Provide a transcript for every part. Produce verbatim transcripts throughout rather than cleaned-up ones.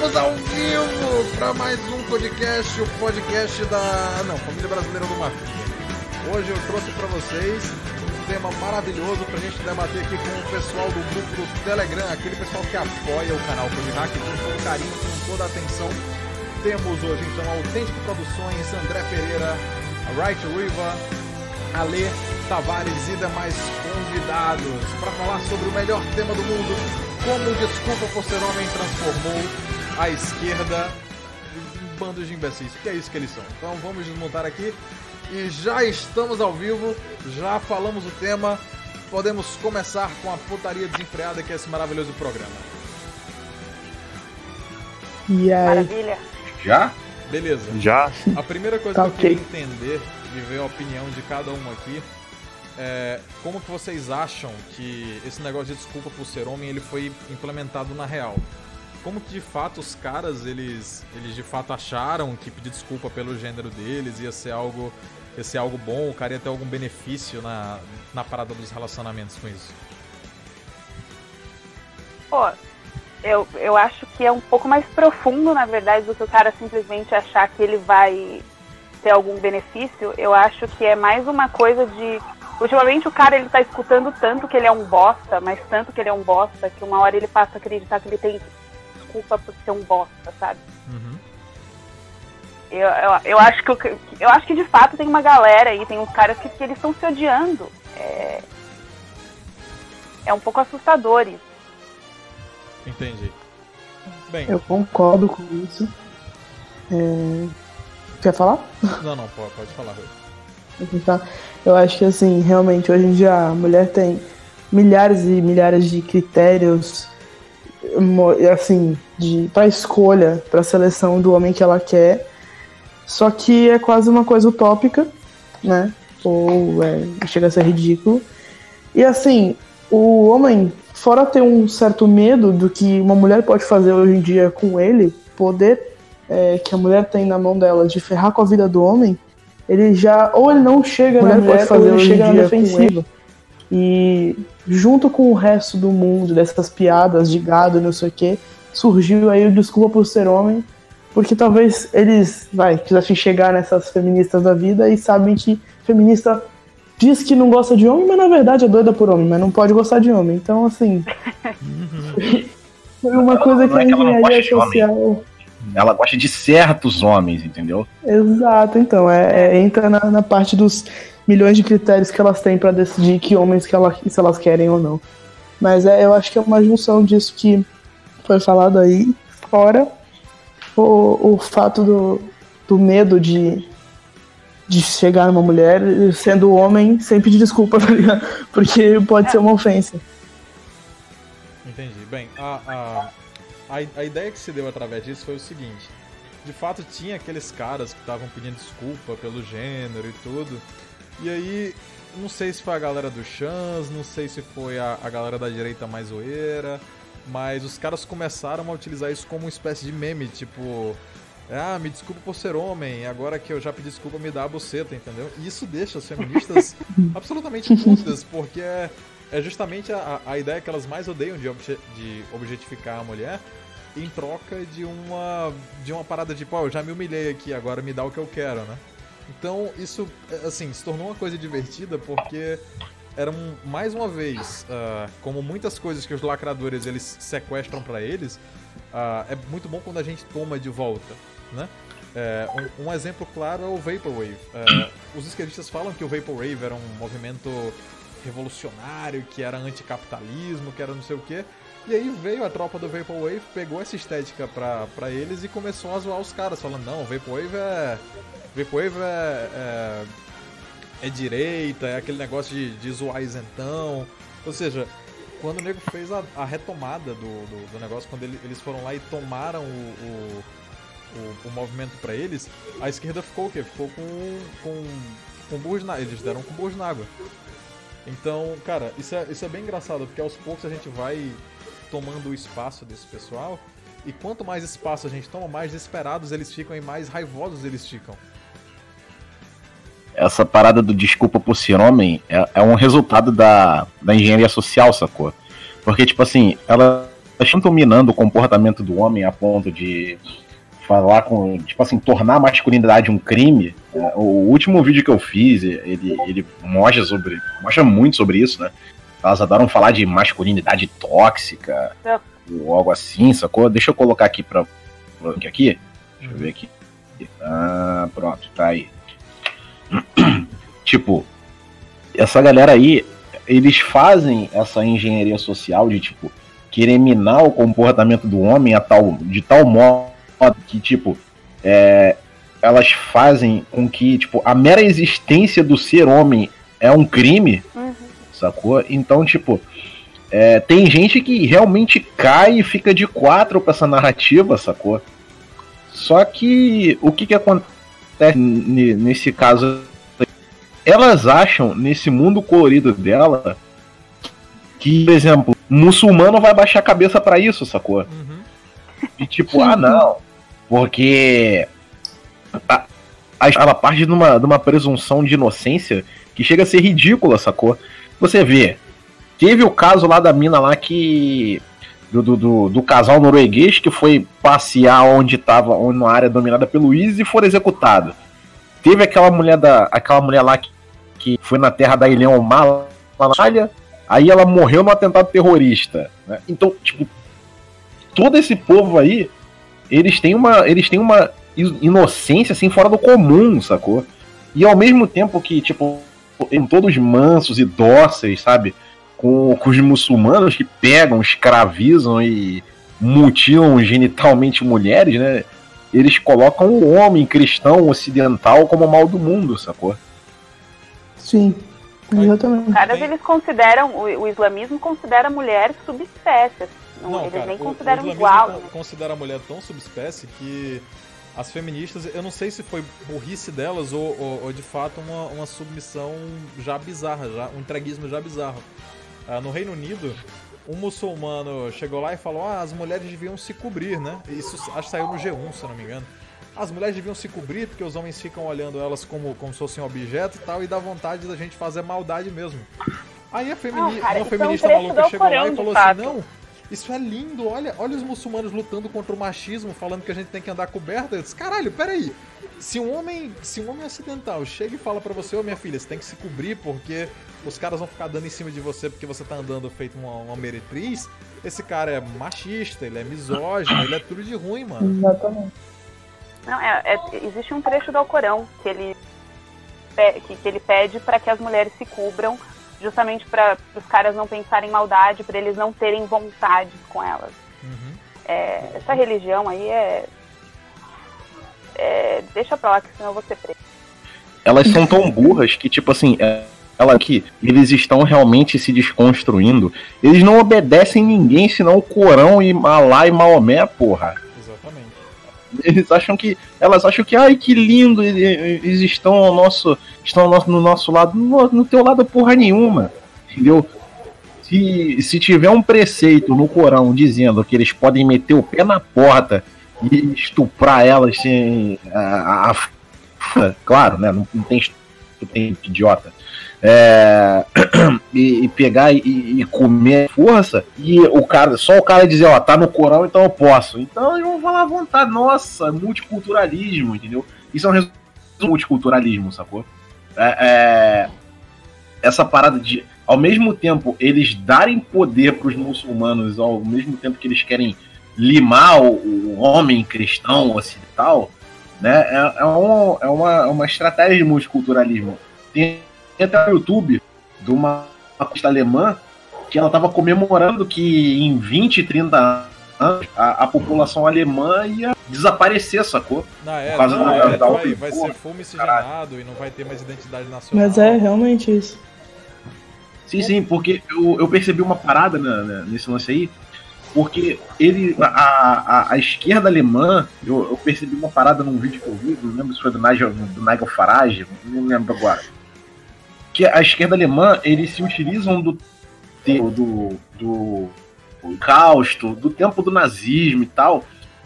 Estamos ao vivo para mais um podcast, o podcast da... Não, Família Brasileira do Mafia. Hoje eu trouxe para vocês um tema maravilhoso para a gente debater aqui com o pessoal do grupo do Telegram, aquele pessoal que apoia o canal Codihack com todo carinho, com toda a atenção. Temos hoje então a Autêntico Produções, André Pereira, a Right River, Ale Tavares e demais convidados para falar sobre o melhor tema do mundo, como o Desculpa por Ser Homem transformou a esquerda em bandos de imbecis, que é isso que eles são. Então vamos desmontar aqui e já estamos ao vivo, já falamos o tema, podemos começar com a putaria desenfreada que é esse maravilhoso programa. E aí? Maravilha. Já? Beleza. Já? A primeira coisa Tá, que eu ok. queria entender e ver a opinião de cada um aqui é como que vocês acham que esse negócio de desculpa por ser homem ele foi implementado na real. Como que de fato os caras, eles, eles de fato acharam que pedir desculpa pelo gênero deles ia ser algo, ia ser algo bom, o cara ia ter algum benefício na, na parada dos relacionamentos com isso? Pô, eu, eu acho que é um pouco mais profundo, na verdade, do que o cara simplesmente achar que ele vai ter algum benefício. Eu acho que é mais uma coisa de... Ultimamente o cara, ele tá escutando tanto que ele é um bosta, mas tanto que ele é um bosta, que uma hora ele passa a acreditar que ele tem desculpa por ser um bosta, sabe? Uhum. Eu, eu, eu, acho que, o- eu acho que de fato tem uma galera aí, tem uns caras que, que eles estão se odiando. É, é um pouco assustador isso. Entendi. Bem, Eu concordo com isso. É... Quer falar? não, não, pode, pode falar, Rui. Tá. Eu acho que, assim, realmente, hoje em dia a mulher tem milhares e milhares de critérios, mo- assim, de, pra escolha, pra seleção do homem que ela quer. Só que é quase uma coisa utópica, né? Ou é, chega a ser ridículo. E, assim, o homem, fora ter um certo medo do que uma mulher pode fazer hoje em dia com ele, poder é, que a mulher tem na mão dela de ferrar com a vida do homem, ele já, ou ele não chega na mulher, pode fazer, ou ele chega na defensiva. E junto com o resto do mundo, dessas piadas de gado, não sei o que, surgiu aí o Desculpa por Ser Homem, porque talvez eles, vai, quisessem chegar nessas feministas da vida e sabem que feminista diz que não gosta de homem, mas na verdade é doida por homem, mas não pode gostar de homem. Então, assim, foi uma coisa Não que é a que ela não engenharia gosta de homem. social... Ela gosta de certos homens, entendeu? Exato, então, é, é- entra na, na parte dos milhões de critérios que elas têm pra decidir que homens que ela, se elas querem ou não. Mas é, eu acho que é uma junção disso que foi falado aí, fora o, o fato do, do medo de, de chegar numa mulher sendo homem sem pedir desculpa, tá ligado? Porque pode ser uma ofensa. Entendi. Bem, a, a, a, a ideia que se deu através disso foi o seguinte. De fato, tinha aqueles caras que estavam pedindo desculpa pelo gênero e tudo. E aí, não sei se foi a galera do Chans, não sei se foi a, a galera da direita mais zoeira, mas os caras começaram a utilizar isso como uma espécie de meme, tipo... Ah, me desculpa por ser homem, agora que eu já pedi desculpa, me dá a buceta, entendeu? E isso deixa as feministas absolutamente putas, porque é, é justamente a, a ideia que elas mais odeiam de, obje, de objetificar a mulher em troca de uma, de uma parada tipo, ó, eu já me humilhei aqui, agora me dá o que eu quero, né? Então, isso, assim, se tornou uma coisa divertida porque era um, mais uma vez, uh, como muitas coisas que os lacradores eles sequestram pra eles, uh, é muito bom quando a gente toma de volta, né? É, um, um exemplo claro é o Vaporwave. Uh, os esquerdistas falam que o Vaporwave era um movimento revolucionário, que era anticapitalismo, que era não sei o quê. E aí veio a tropa do Vaporwave, pegou essa estética pra, pra eles e começou a zoar os caras, falando, não, Vaporwave é... Vaporwave é, é, é direita, é aquele negócio de, de zoar isentão. Ou seja, quando o nego fez a, a retomada do, do, do negócio, quando ele, eles foram lá e tomaram o, o, o, o movimento pra eles, a esquerda ficou o quê? Ficou com, com, com burros na água. Eles deram com burros na água. Então, cara, isso é, isso é bem engraçado, porque aos poucos a gente vai tomando o espaço desse pessoal, e quanto mais espaço a gente toma, mais desesperados eles ficam e mais raivosos eles ficam. Essa parada do desculpa por ser homem é, é um resultado da, da engenharia social, sacou? Porque, tipo assim, ela estão dominando o comportamento do homem a ponto de falar com, tipo assim, tornar a masculinidade um crime. O último vídeo que eu fiz, ele, ele mostra sobre, mostra muito sobre isso, né? Elas adoram falar de masculinidade tóxica, é. ou algo assim, sacou? Deixa eu colocar aqui pra, pra aqui. Deixa eu ver aqui. Ah, pronto, tá aí. Tipo, essa galera aí, eles fazem essa engenharia social de, tipo, querer minar o comportamento do homem a tal, de tal modo que, tipo, é, elas fazem com que, tipo, a mera existência do ser homem é um crime, uhum. sacou? Então, tipo, é, tem gente que realmente cai e fica de quatro pra essa narrativa, sacou? Só que o que que acontece nesse caso? Elas acham, nesse mundo colorido dela, que, por exemplo, muçulmano vai baixar a cabeça pra isso, sacou? Uhum. E tipo, ah não, porque a, a, ela parte de uma, de uma presunção de inocência que chega a ser ridícula, sacou? Você vê, teve o caso lá da mina lá que... Do, do, do, do casal norueguês que foi passear onde estava, numa área dominada pelo ISIS e foram executados. Teve aquela mulher, da, aquela mulher lá que, que foi na terra da Ilha Omar, lá na Austrália, aí ela morreu num atentado terrorista, né? Então, tipo, todo esse povo aí, eles têm uma, eles têm uma inocência assim fora do comum, sacou? E ao mesmo tempo que, tipo, em todos mansos e dóceis, sabe? Com, com os muçulmanos que pegam, escravizam e mutilam genitalmente mulheres, né? Eles colocam o homem cristão ocidental como o mal do mundo, sacou? Sim, exatamente. Os caras, eles consideram, o, o islamismo considera a mulher subespécie. Não, não, eles cara, nem o, consideram o igual. Né? Considera a mulher tão subespécie que as feministas, eu não sei se foi burrice delas ou, ou, ou de fato uma, uma submissão já bizarra, já, um entreguismo já bizarro. Ah, no Reino Unido, um muçulmano chegou lá e falou: ah, as mulheres deviam se cobrir, né? Isso acho que saiu no G um, se eu não me engano. As mulheres deviam se cobrir porque os homens ficam olhando elas como, como se fossem um objeto e tal, e dá vontade da gente fazer maldade mesmo. Aí a femini- não, cara, uma feminista é um maluca chegou lá e falou assim: não, isso é lindo, olha, olha os muçulmanos lutando contra o machismo, falando que a gente tem que andar coberta. Eu disse: caralho, peraí. Se um homem, se um homem ocidental chega e fala pra você: ô minha filha, você tem que se cobrir porque os caras vão ficar dando em cima de você porque você tá andando feito uma, uma meretriz, esse cara é machista, ele é misógino, ele é tudo de ruim, mano. Exatamente. Não, é, é, existe um trecho do Alcorão que ele, que, que ele pede para que as mulheres se cubram, justamente para os caras não pensarem em maldade, para eles não terem vontade com elas. Uhum. É, essa religião aí é, é... Deixa pra lá, que senão eu vou ser preso. Elas são tão burras que, tipo assim... É... Ela que eles estão realmente se desconstruindo. Eles não obedecem ninguém senão o Corão e Alá e Maomé, porra. Exatamente. Eles acham que. Elas acham que, ai, que lindo, eles estão ao nosso. Estão ao nosso, no nosso lado. No, no teu lado, porra nenhuma. Entendeu? Se, se tiver um preceito no Corão dizendo que eles podem meter o pé na porta e estuprar elas sem. A, a, a, claro, né? Não, não tem, não tem idiota. É, e, e pegar e, e comer força, e o cara, só o cara dizer, ó, tá no Corão, então eu posso. Então eles vão falar à vontade. Nossa, multiculturalismo, entendeu? Isso é um resultado do multiculturalismo, sacou? É, é, essa parada de, ao mesmo tempo, eles darem poder pros muçulmanos, ao mesmo tempo que eles querem limar o, o homem cristão ocidental, né? É, é, um, é uma, uma estratégia de multiculturalismo. Tem até no YouTube de uma artista alemã que ela estava comemorando que em vinte, trinta anos a, a população alemã ia desaparecer, sacou? Não, é, Por causa não, da, é, da vai, vai ser full miscigenado e não vai ter mais identidade nacional. Mas é realmente isso. Sim, sim, porque eu, eu percebi uma parada na, na, nesse lance aí, porque ele, a, a, a esquerda alemã, eu, eu percebi uma parada num vídeo que eu vi, não lembro se foi do Nigel, do Nigel Farage, não lembro agora. Que a esquerda alemã, eles se utilizam do do, do, do Holocausto, do tempo do nazismo e tal,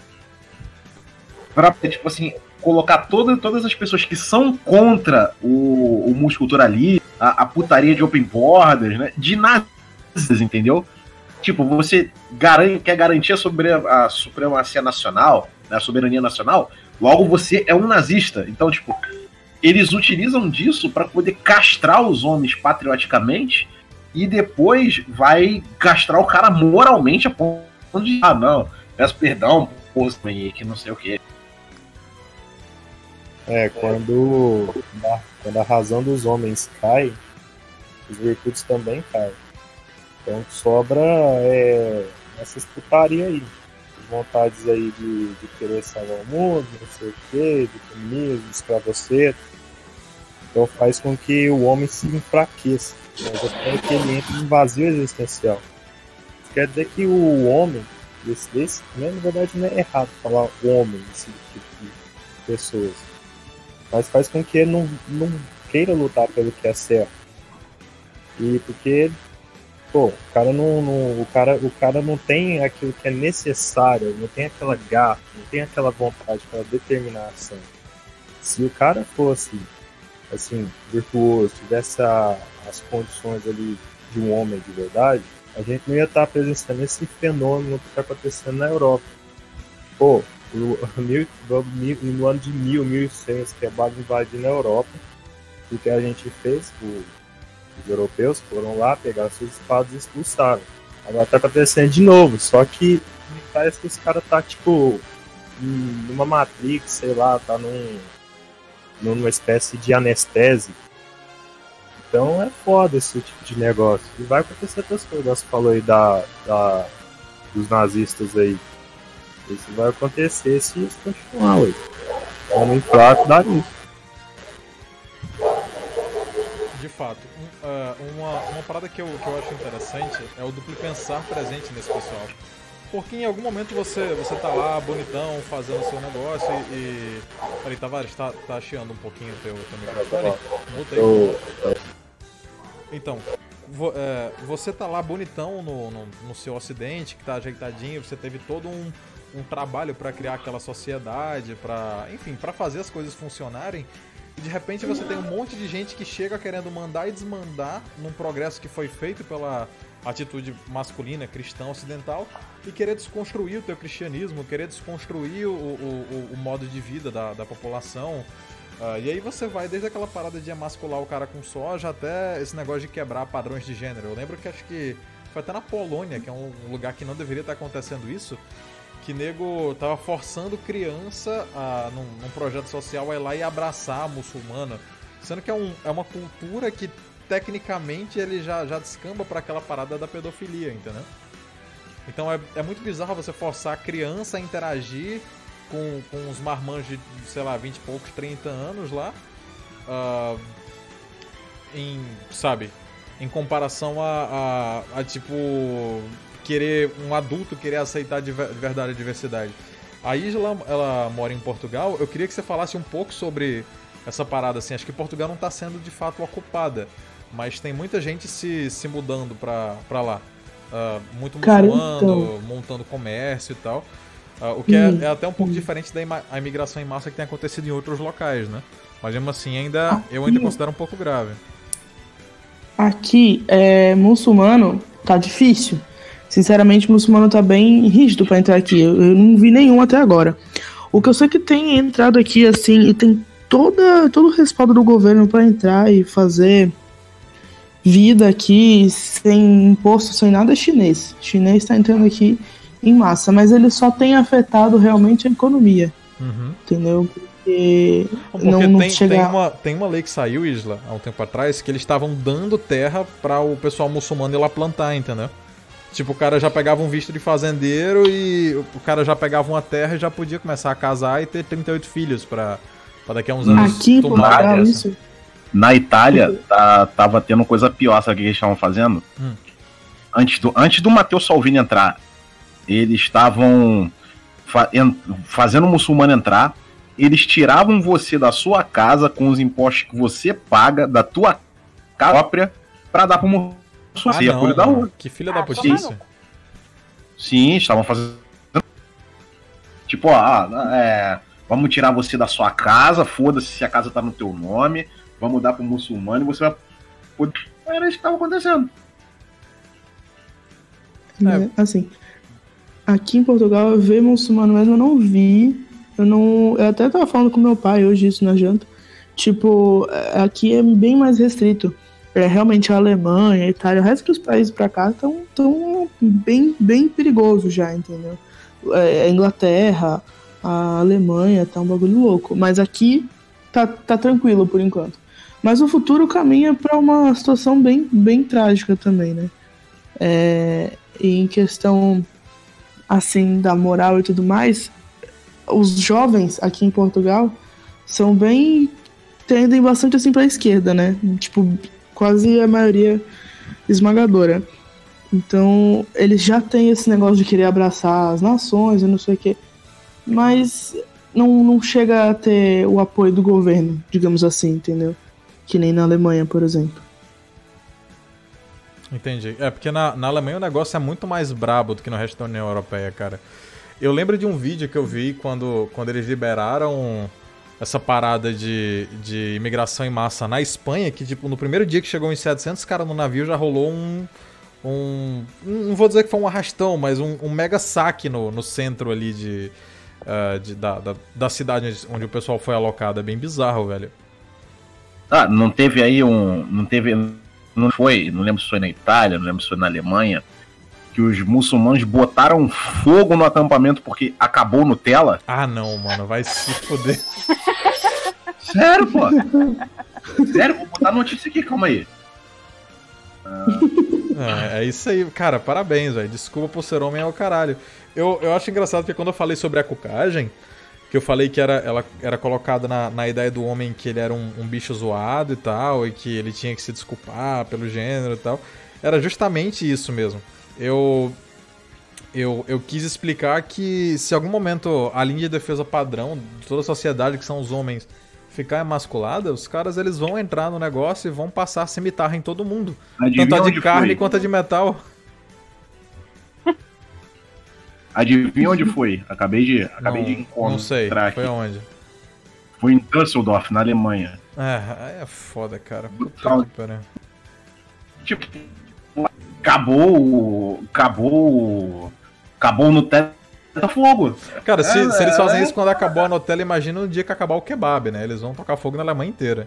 pra, tipo assim, colocar toda, todas as pessoas que são contra o, o multiculturalismo, a, a putaria de open borders, né, de nazis, entendeu? tipo, você garante, quer garantir a, sobre, a supremacia nacional, né, a soberania nacional, logo você é um nazista. Então, tipo, eles utilizam disso para poder castrar os homens patrioticamente e depois vai castrar o cara moralmente a ponto de, ah, não, peço perdão, pô, que não sei o quê. É, quando, quando a razão dos homens cai, as virtudes também caem. Então sobra é, essas putarias aí. As vontades aí de, de querer salvar o mundo, não sei o quê, de comunismo, de escravoceta. Então faz com que o homem se enfraqueça. Mas até que ele entre em vazio existencial. Isso quer dizer que o homem, esse, desse, né, na verdade não é errado falar homem, esse tipo de pessoas. Mas faz com que ele não, não queira lutar pelo que é certo. E porque, pô, o cara não, não, o cara, o cara não tem aquilo que é necessário, não tem aquela garra, não tem aquela vontade, aquela determinação. Se o cara fosse, assim, virtuoso, tivesse a, as condições ali de um homem de verdade, a gente não ia estar presenciando esse fenômeno que está acontecendo na Europa. Pô, no, no ano de mil, mil e cem, os quebados invadindo a Europa. O que a gente fez? O, os europeus foram lá, pegaram seus espadas e expulsaram. Agora tá acontecendo de novo, só que parece que os caras tá tipo numa Matrix, sei lá, tá num, numa espécie de anestésia. Então é foda esse tipo de negócio. E vai acontecer outras coisas. Você falou aí da, da, dos nazistas aí. Isso vai acontecer se isso continuar, ué. Homem fraco dá isso. De fato. Um, uh, uma, uma parada que eu, que eu acho interessante é o duplo pensar presente nesse pessoal. Porque em algum momento você, você tá lá, bonitão, fazendo seu negócio e... e... Peraí, Tavares, tá, tá chiando um pouquinho o teu, teu microfone? Muta aí. Então, vo, é, você tá lá bonitão no, no, no seu ocidente, que tá ajeitadinho, você teve todo um... um trabalho para criar aquela sociedade, para, enfim, para fazer as coisas funcionarem, e de repente você tem um monte de gente que chega querendo mandar e desmandar num progresso que foi feito pela atitude masculina, cristã, ocidental, e querer desconstruir o teu cristianismo, querer desconstruir o, o, o modo de vida da, da população. Uh, e aí você vai desde aquela parada de emascular o cara com soja até esse negócio de quebrar padrões de gênero. Eu lembro que acho que foi até na Polônia, que é um lugar que não deveria estar acontecendo isso, que nego tava forçando criança a, num, num projeto social a ir lá e abraçar a muçulmana, sendo que é, um, é uma cultura que tecnicamente ele já, já descamba para aquela parada da pedofilia, entendeu? Então é, é muito bizarro você forçar a criança a interagir com, com os marmanjos de, sei lá, vinte e poucos, trinta anos lá, uh, em, sabe, em comparação a, a, a tipo... querer um adulto querer aceitar de verdade a diversidade. A Isla, ela mora em Portugal. Eu queria que você falasse um pouco sobre essa parada, assim. Acho que Portugal não está sendo de fato ocupada, mas tem muita gente se, se mudando pra, pra lá. Uh, muito muçulmano, então... montando comércio e tal. Uh, o que hum, é, é até um pouco hum. diferente da ima- a imigração em massa que tem acontecido em outros locais, né? Mas mesmo assim, ainda, aqui, eu ainda considero um pouco grave. Aqui, é, muçulmano, tá difícil. Sinceramente, o muçulmano tá bem rígido pra entrar aqui. Eu, eu não vi nenhum até agora. O que eu sei que tem entrado aqui, assim, e tem toda, todo o respaldo do governo pra entrar e fazer vida aqui sem imposto, sem nada, é chinês. O chinês tá entrando aqui em massa, mas ele só tem afetado realmente a economia. Uhum. Entendeu? Porque, Porque não, tem, não chega... tem, uma, tem uma lei que saiu, Isla, há um tempo atrás, que eles estavam dando terra para o pessoal muçulmano ir lá plantar, entendeu? Tipo, o cara já pegava um visto de fazendeiro e o cara já pegava uma terra e já podia começar a casar e ter trinta e oito filhos pra, pra daqui a uns anos Aqui, tomar essa. Isso. Na Itália, tá, tava tendo coisa pior, sabe o que eles estavam fazendo? Hum. Antes do, antes do Matteo Salvini entrar, eles estavam fa- en- fazendo o muçulmano entrar, eles tiravam você da sua casa com os impostos que você paga da tua casa própria pra dar pro muçulmano. Ah, não, da rua. Que filha da putice. Sim, estavam fazendo. Tipo, ó, é, vamos tirar você da sua casa, foda-se se a casa tá no teu nome, vamos dar pro muçulmano e você vai poder. Era isso que tava acontecendo. né? É. Assim, aqui em Portugal, ver muçulmano mesmo eu não vi. Eu não. Eu até tava falando com meu pai hoje isso na janta. Tipo, aqui é bem mais restrito. É realmente a Alemanha, a Itália, o resto dos países pra cá estão tão bem, bem perigosos já, entendeu? É, a Inglaterra, a Alemanha, tá um bagulho louco. Mas aqui tá, tá tranquilo por enquanto. Mas o futuro caminha pra uma situação bem, bem trágica também, né? É, e em questão, assim, da moral e tudo mais, os jovens aqui em Portugal são bem... tendem bastante assim pra esquerda, né? Tipo, quase a maioria esmagadora. Então, eles já têm esse negócio de querer abraçar as nações e não sei o quê. Mas não, não chega a ter o apoio do governo, digamos assim, entendeu? Que nem na Alemanha, por exemplo. Entendi. É, porque na, na Alemanha o negócio é muito mais brabo do que no resto da União Europeia, cara. Eu lembro de um vídeo que eu vi quando, quando eles liberaram essa parada de, de imigração em massa na Espanha, que tipo, no primeiro dia que chegou uns setecentos caras no navio já rolou um... um não vou dizer que foi um arrastão, mas um, um mega saque no, no centro ali de, uh, de, da, da, da cidade onde o pessoal foi alocado. É bem bizarro, velho. Ah, não teve aí um... Não teve... Não foi... Não lembro se foi na Itália, não lembro se foi na Alemanha, que os muçulmanos botaram fogo no acampamento porque acabou Nutella. Ah, não, mano. Vai se foder. Sério, pô? Sério? Vou botar a notícia aqui, calma aí. Ah. É, é isso aí. Cara, parabéns, velho. Desculpa por ser homem ao caralho. Eu, eu acho engraçado porque quando eu falei sobre a cucagem, que eu falei que era, ela era colocada na, na ideia do homem que ele era um, um bicho zoado e tal, e que ele tinha que se desculpar pelo gênero e tal, era justamente isso mesmo. Eu, eu, eu quis explicar que se em algum momento a linha de defesa padrão de toda a sociedade, que são os homens, ficar emasculada, os caras eles vão entrar no negócio e vão passar cimitarra em todo mundo. Adivinha tanto a de carne foi? quanto a de metal. Adivinha onde foi? Acabei de, acabei não, de encontrar Não sei, aqui. foi aonde? Foi em Düsseldorf, na Alemanha. É, é foda, cara. Puta Brutal. que pariu. Tipo, acabou o... Acabou o... Acabou o Nutella fogo. Cara, se, é, se eles fazem é... isso quando acabou a Nutella, imagina o dia que acabar o kebab, né? Eles vão tocar fogo na Alemanha inteira.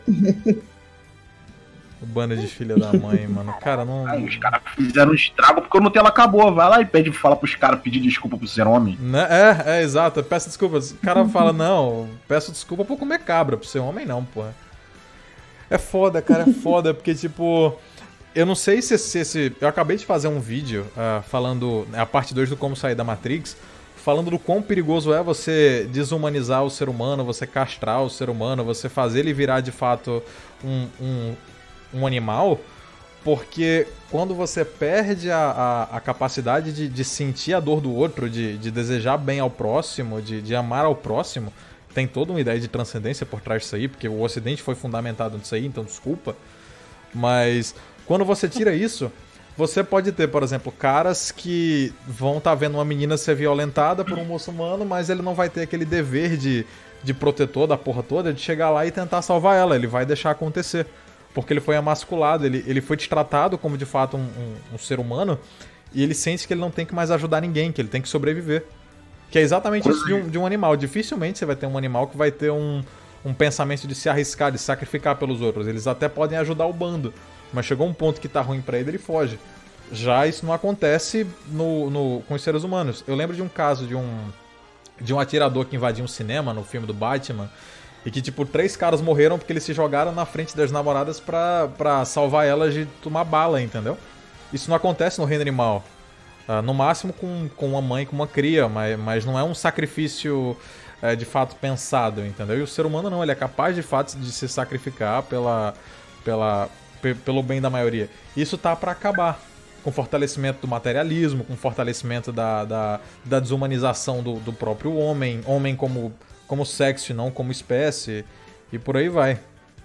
O bando de filha da mãe, mano. Cara, não... Aí, os caras fizeram um estrago porque o Nutella acabou. Vai lá e pede, fala pros caras pedir desculpa por ser homem. Né? É, é, exato. Peço desculpa. O cara fala, não, peço desculpa por comer cabra. Por ser homem, não, porra. É foda, cara, é foda. Porque, tipo... Eu não sei se esse... esse eu acabei de fazer um vídeo uh, falando... A parte dois do Como Sair da Matrix... Falando do quão perigoso é você desumanizar o ser humano, você castrar o ser humano, você fazer ele virar de fato um, um, um animal, porque quando você perde a, a, a capacidade de, de sentir a dor do outro, de, de desejar bem ao próximo, de, de amar ao próximo, tem toda uma ideia de transcendência por trás disso aí, porque o Ocidente foi fundamentado nisso aí, então desculpa, mas quando você tira isso... Você pode ter, por exemplo, caras que vão estar tá vendo uma menina ser violentada por um muçulmano, mas ele não vai ter aquele dever de, de protetor da porra toda, de chegar lá e tentar salvar ela. Ele vai deixar acontecer. Porque ele foi emasculado, ele, ele foi tratado como de fato um, um, um ser humano, e ele sente que ele não tem que mais ajudar ninguém, que ele tem que sobreviver. Que é exatamente isso de um, de um animal. Dificilmente você vai ter um animal que vai ter um, um pensamento de se arriscar, de sacrificar pelos outros. Eles até podem ajudar o bando. Mas chegou um ponto que tá ruim pra ele, ele foge. Já isso não acontece no, no, com os seres humanos. Eu lembro de um caso de um, de um atirador que invadiu um cinema no filme do Batman, e que, tipo, três caras morreram porque eles se jogaram na frente das namoradas pra, pra salvar elas de tomar bala, entendeu? Isso não acontece no reino animal. Uh, no máximo com, com uma mãe, com uma cria, mas, mas não é um sacrifício uh, de fato pensado, entendeu? E o ser humano não, ele é capaz de fato de se sacrificar pela... pela pelo bem da maioria. Isso tá pra acabar. Com fortalecimento do materialismo, com fortalecimento da, da, da desumanização do, do próprio homem, homem como, como sexo e não como espécie, e por aí vai.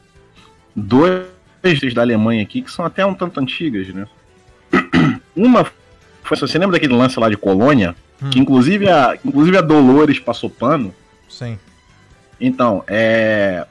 Duas da Alemanha aqui, que são até um tanto antigas, né? Uma foi, você lembra daquele lance lá de Colônia? Hum. Que inclusive a, inclusive a Dolores passou pano? Sim. Então, é...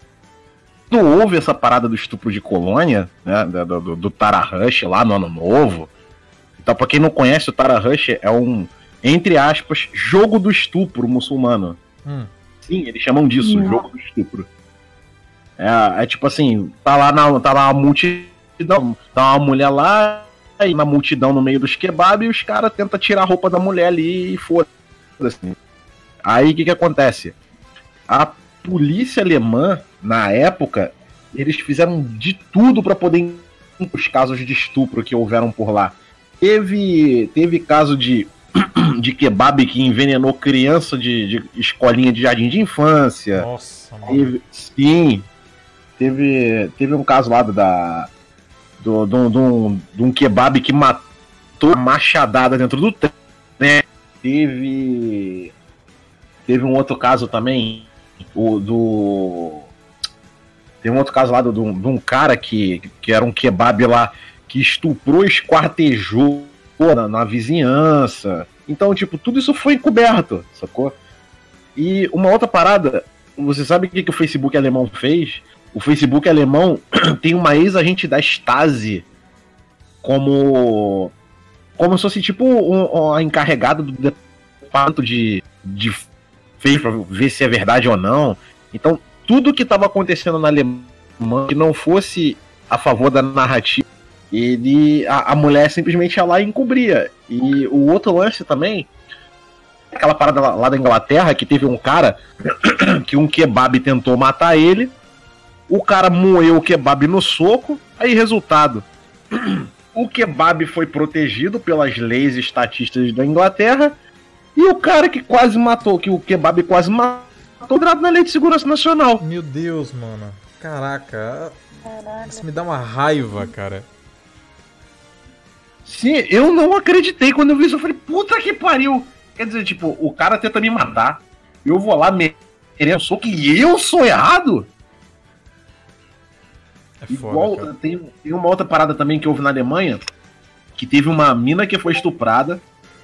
Não houve essa parada do estupro de Colônia, né, do, do, do Tara Rush lá no Ano Novo, Então, pra quem não conhece, o Tara Rush é um, entre aspas, jogo do estupro muçulmano. Hum. Sim, eles chamam disso, Não. jogo do estupro. É, é tipo assim, tá lá, na, tá lá uma multidão, tá uma mulher lá, e na multidão no meio dos kebab, e os caras tentam tirar a roupa da mulher ali e foda-se. Aí o que que acontece? A polícia alemã, na época, eles fizeram de tudo pra poder os casos de estupro que houveram por lá. Teve, teve caso de, de kebab que envenenou criança de, de escolinha de jardim de infância. Nossa, mano. Teve, sim, teve, teve um caso lá da, do, do, do, de um kebab que matou uma machadada dentro do trem, né? Teve, teve um outro caso também, o do... Tem um outro caso lá de do, do, um cara que, que era um kebab lá, que estuprou e esquartejou na, na vizinhança. Então, tipo, tudo isso foi encoberto, sacou? E uma outra parada, você sabe o que, que o Facebook alemão fez? O Facebook alemão tem uma ex-agente da Stasi como como se fosse tipo um, um, a encarregada do departamento de, de fez pra ver se é verdade ou não. Então, tudo que estava acontecendo na Alemanha que não fosse a favor da narrativa, ele a, a mulher simplesmente ia lá e encobria. E o outro lance também, aquela parada lá, lá da Inglaterra, que teve um cara que um kebab tentou matar ele, o cara moeu o kebab no soco, aí resultado, o kebab foi protegido pelas leis estatistas da Inglaterra, e o cara que quase matou, que o kebab quase matou, entrado na Lei de Segurança Nacional. Meu Deus, mano. Caraca. Caralho. Isso me dá uma raiva, cara. Sim, eu não acreditei quando eu vi isso. Eu falei, puta que pariu. Quer dizer, tipo, o cara tenta me matar. Eu vou lá meter um soco e eu sou errado? É foda, Igual, cara. tem, tem uma outra parada também que houve na Alemanha, que teve uma mina que foi estuprada.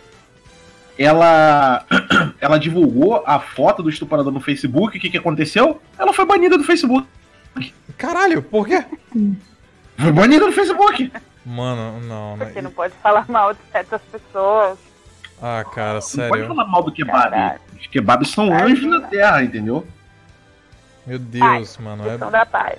Ela, ela divulgou a foto do estuprador no Facebook. O que, que aconteceu? Ela foi banida do Facebook. Caralho, por quê? Foi banida do Facebook. Mano, não, Porque né? não pode falar mal de certas pessoas. Ah, cara, Não pode sério. falar mal do kebab. Caralho. Os kebabs são Imagina. anjos na terra, entendeu? Meu Deus, mano. Questão É... da paz.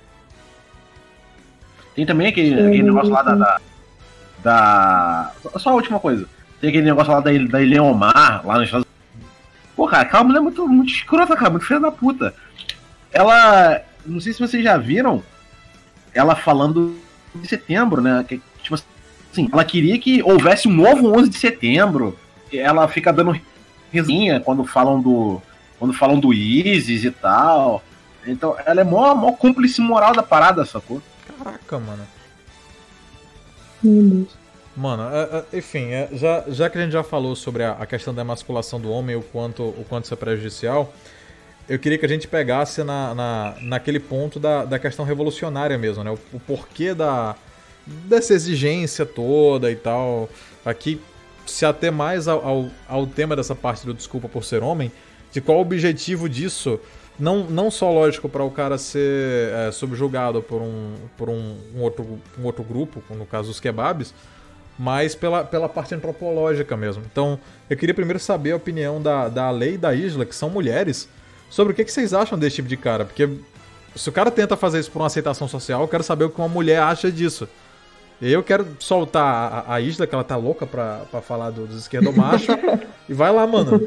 Tem também aquele, aquele negócio lá da, da, da. Só a última coisa. Tem aquele negócio lá da, da Eleomar, lá nos Estados Unidos. Pô, cara, aquela mulher é muito, muito escrota, cara, muito filha da puta. Ela. Não sei se vocês já viram ela falando de setembro, né? Que, tipo assim, ela queria que houvesse um novo onze de setembro. Ela fica dando risinha quando falam do. Quando falam do ISIS e tal. Então, ela é mó, mó cúmplice moral da parada, sacou? Caraca, mano. Meu Deus. Mano, é, é, enfim, é, já, já que a gente já falou sobre a, a questão da emasculação do homem e o quanto, o quanto isso é prejudicial, eu queria que a gente pegasse na, na, naquele ponto da, da questão revolucionária mesmo, né? O, o porquê da, dessa exigência toda e tal. Aqui, se ater mais ao, ao, ao tema dessa parte do desculpa por ser homem, de qual o objetivo disso, não, não só lógico para o cara ser é, subjugado por, um, por um, um, outro, um outro grupo, no caso os kebabs, mas pela, pela parte antropológica mesmo. Então, eu queria primeiro saber a opinião da, da Lei e da Isla, que são mulheres, sobre o que, que vocês acham desse tipo de cara. Porque se o cara tenta fazer isso por uma aceitação social, eu quero saber o que uma mulher acha disso. E eu quero soltar a, a Isla, que ela tá louca pra, pra falar do, dos esquerdomachos, e vai lá, mano.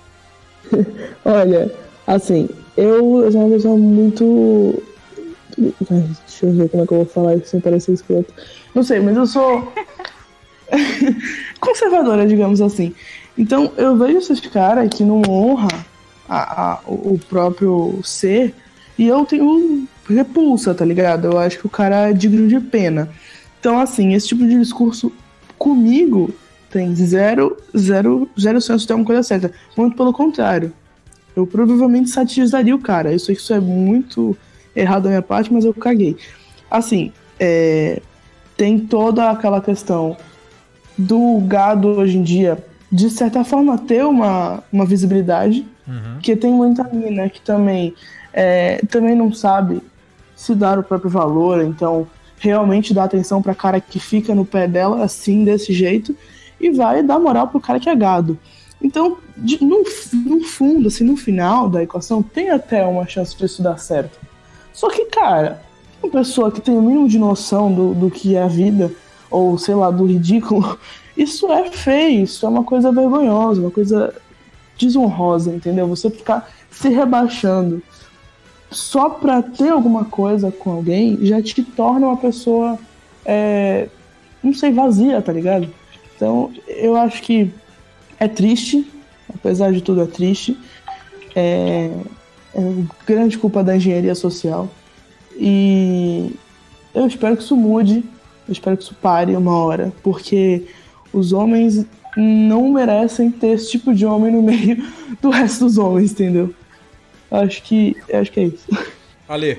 Olha, assim, eu sou uma pessoa muito... Ai, deixa eu ver como é que eu vou falar isso sem parecer escroto. Não sei, mas eu sou... conservadora, digamos assim. Então eu vejo esses caras que não honram a, a, o próprio ser, e eu tenho repulsa, tá ligado? Eu acho que o cara é digno de pena. Então, assim, esse tipo de discurso comigo tem zero, zero, zero senso de ter uma coisa certa. Muito pelo contrário. Eu provavelmente satirizaria o cara. Eu sei que isso é muito errado da minha parte, mas eu caguei. Assim, é, tem toda aquela questão do gado hoje em dia, de certa forma, ter uma, uma visibilidade, Uhum. porque tem muita mina que também, é, também não sabe se dar o próprio valor, então realmente dar atenção pra cara que fica no pé dela, assim, desse jeito, e vai dar moral pro cara que é gado. Então, de, no, no fundo, assim, no final da equação, tem até uma chance disso dar certo. Só que, cara, uma pessoa que tem o mínimo de noção do, do que é a vida, ou, sei lá, do ridículo, isso é feio, isso é uma coisa vergonhosa, uma coisa desonrosa, entendeu? Você ficar se rebaixando só pra ter alguma coisa com alguém já te torna uma pessoa, é, não sei, vazia, tá ligado? Então, eu acho que é triste, apesar de tudo é triste, é, é grande culpa da engenharia social, e eu espero que isso mude, eu espero que isso pare uma hora, porque os homens não merecem ter esse tipo de homem no meio do resto dos homens, entendeu? Acho que, acho que é isso. Ale.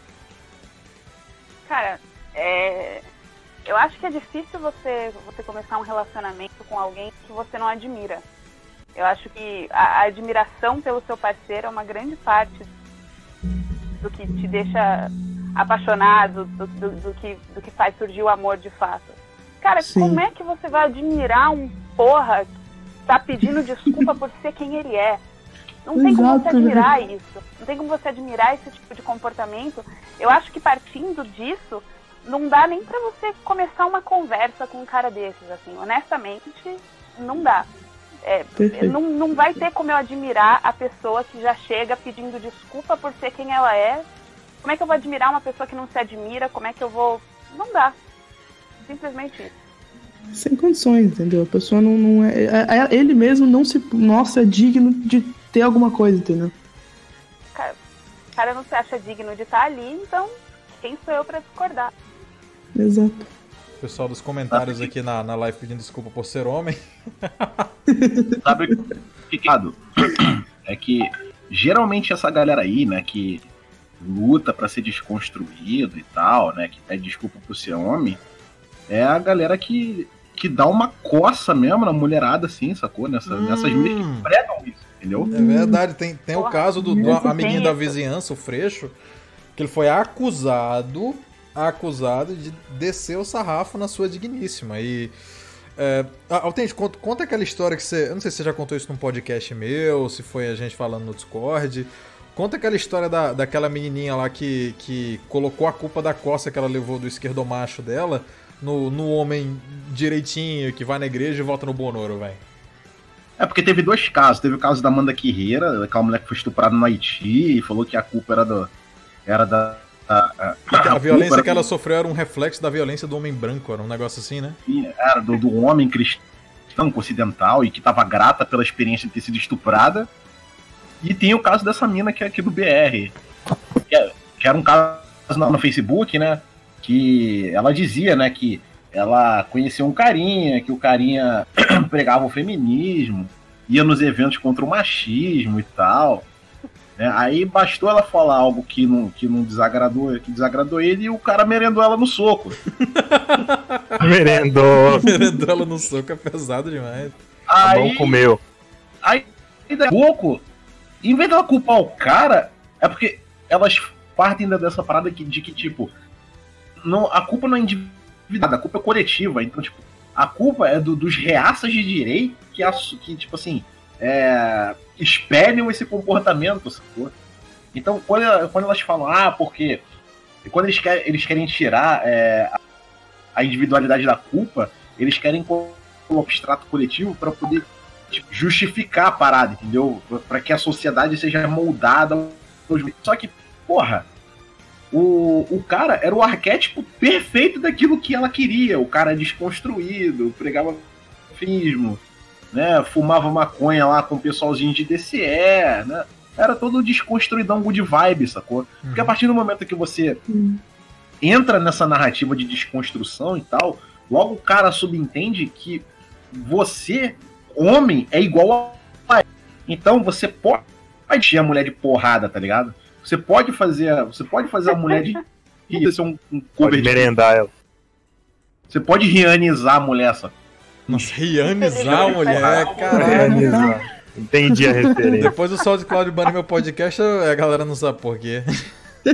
Cara, é... eu acho que é difícil você, você começar um relacionamento com alguém que você não admira. Eu acho que a, a admiração pelo seu parceiro é uma grande parte do que te deixa apaixonado, do, do, do, que, do que faz surgir o amor de fato. Cara, Sim. como é que você vai admirar um porra que tá pedindo desculpa por ser quem ele é? Não tem como você admirar isso. Não tem como você admirar esse tipo de comportamento. Eu acho que partindo disso, não dá nem pra você começar uma conversa com um cara desses, assim. Honestamente, não dá. É, não, não vai ter como eu admirar a pessoa que já chega pedindo desculpa por ser quem ela é. Como é que eu vou admirar uma pessoa que não se admira? Como é que eu vou... Não dá. Simplesmente isso. Sem condições, entendeu? A pessoa não, não é, é... Ele mesmo não se... Nossa, é digno de ter alguma coisa, entendeu? Cara, o cara não se acha digno de estar ali, então quem sou eu pra discordar? Exato. O pessoal dos comentários aqui na, na live pedindo desculpa por ser homem. Sabe o que é? É que geralmente essa galera aí, né, que luta pra ser desconstruído e tal, né, que pede desculpa por ser homem, é a galera que, que dá uma coça mesmo na mulherada, assim, sacou? Nessa, hum. Nessas mulheres que pregam isso, entendeu? É verdade, tem, tem o caso do, do amiguinho da vizinhança, o Freixo, que ele foi acusado, acusado de descer o sarrafo na sua digníssima. E... É, Autêntico, conta, conta aquela história que você... Eu não sei se você já contou isso num podcast meu, se foi a gente falando no Discord. Conta aquela história da, daquela menininha lá que, que colocou a culpa da coça que ela levou do esquerdomacho dela no, no homem direitinho, que vai na igreja e volta no Bonoro, velho. É, porque teve dois casos. Teve o caso da Amanda Quirreira, aquela mulher que foi estuprada no Haiti e falou que a culpa era, do, era da... A, a, a, a violência era... que ela sofreu era um reflexo da violência do homem branco, era um negócio assim, né? Sim, era do, do homem cristão ocidental e que tava grata pela experiência de ter sido estuprada. E tem o caso dessa mina que é aqui do B R, que, é, que era um caso no, no Facebook, né? Que ela dizia, né, que ela conhecia um carinha, que o carinha pregava o feminismo, ia nos eventos contra o machismo e tal. Né? Aí bastou ela falar algo que não, que não desagradou, que desagradou ele e o cara merendou ela no soco. Merendou. Merendou ela no soco é pesado demais. Aí, a mão comeu. Aí, daqui a pouco, em vez dela culpar o cara, é porque elas partem dessa parada que, de que, tipo, não, a culpa não é individual, a culpa é coletiva. Então, tipo, a culpa é do, dos reaças de direito que, que tipo assim, é, espelham esse comportamento, sacou? Então, quando, quando elas falam, ah, porque... Quando eles querem, eles querem tirar é, a individualidade da culpa, eles querem colocar o abstrato coletivo para poder tipo, justificar a parada, entendeu? Para que a sociedade seja moldada. Só que, porra, o, o cara era o arquétipo perfeito daquilo que ela queria. O cara desconstruído, pregava feminismo, né? Fumava maconha lá com o pessoalzinho de D C E, né? Era todo desconstruidão good vibe, sacou? Porque a partir do momento que você uhum. entra nessa narrativa de desconstrução e tal, logo o cara subentende que você, homem, é igual a... Então você pode encher a mulher de porrada, tá ligado? Você pode fazer, você pode fazer a mulher de... ser um, um pode merendar ela. Você pode rianizar a mulher, sacou? Nossa, rianizar a mulher, caralho. Entendi a referência. Depois do SoundCloud banir meu podcast, a galera não sabe por quê.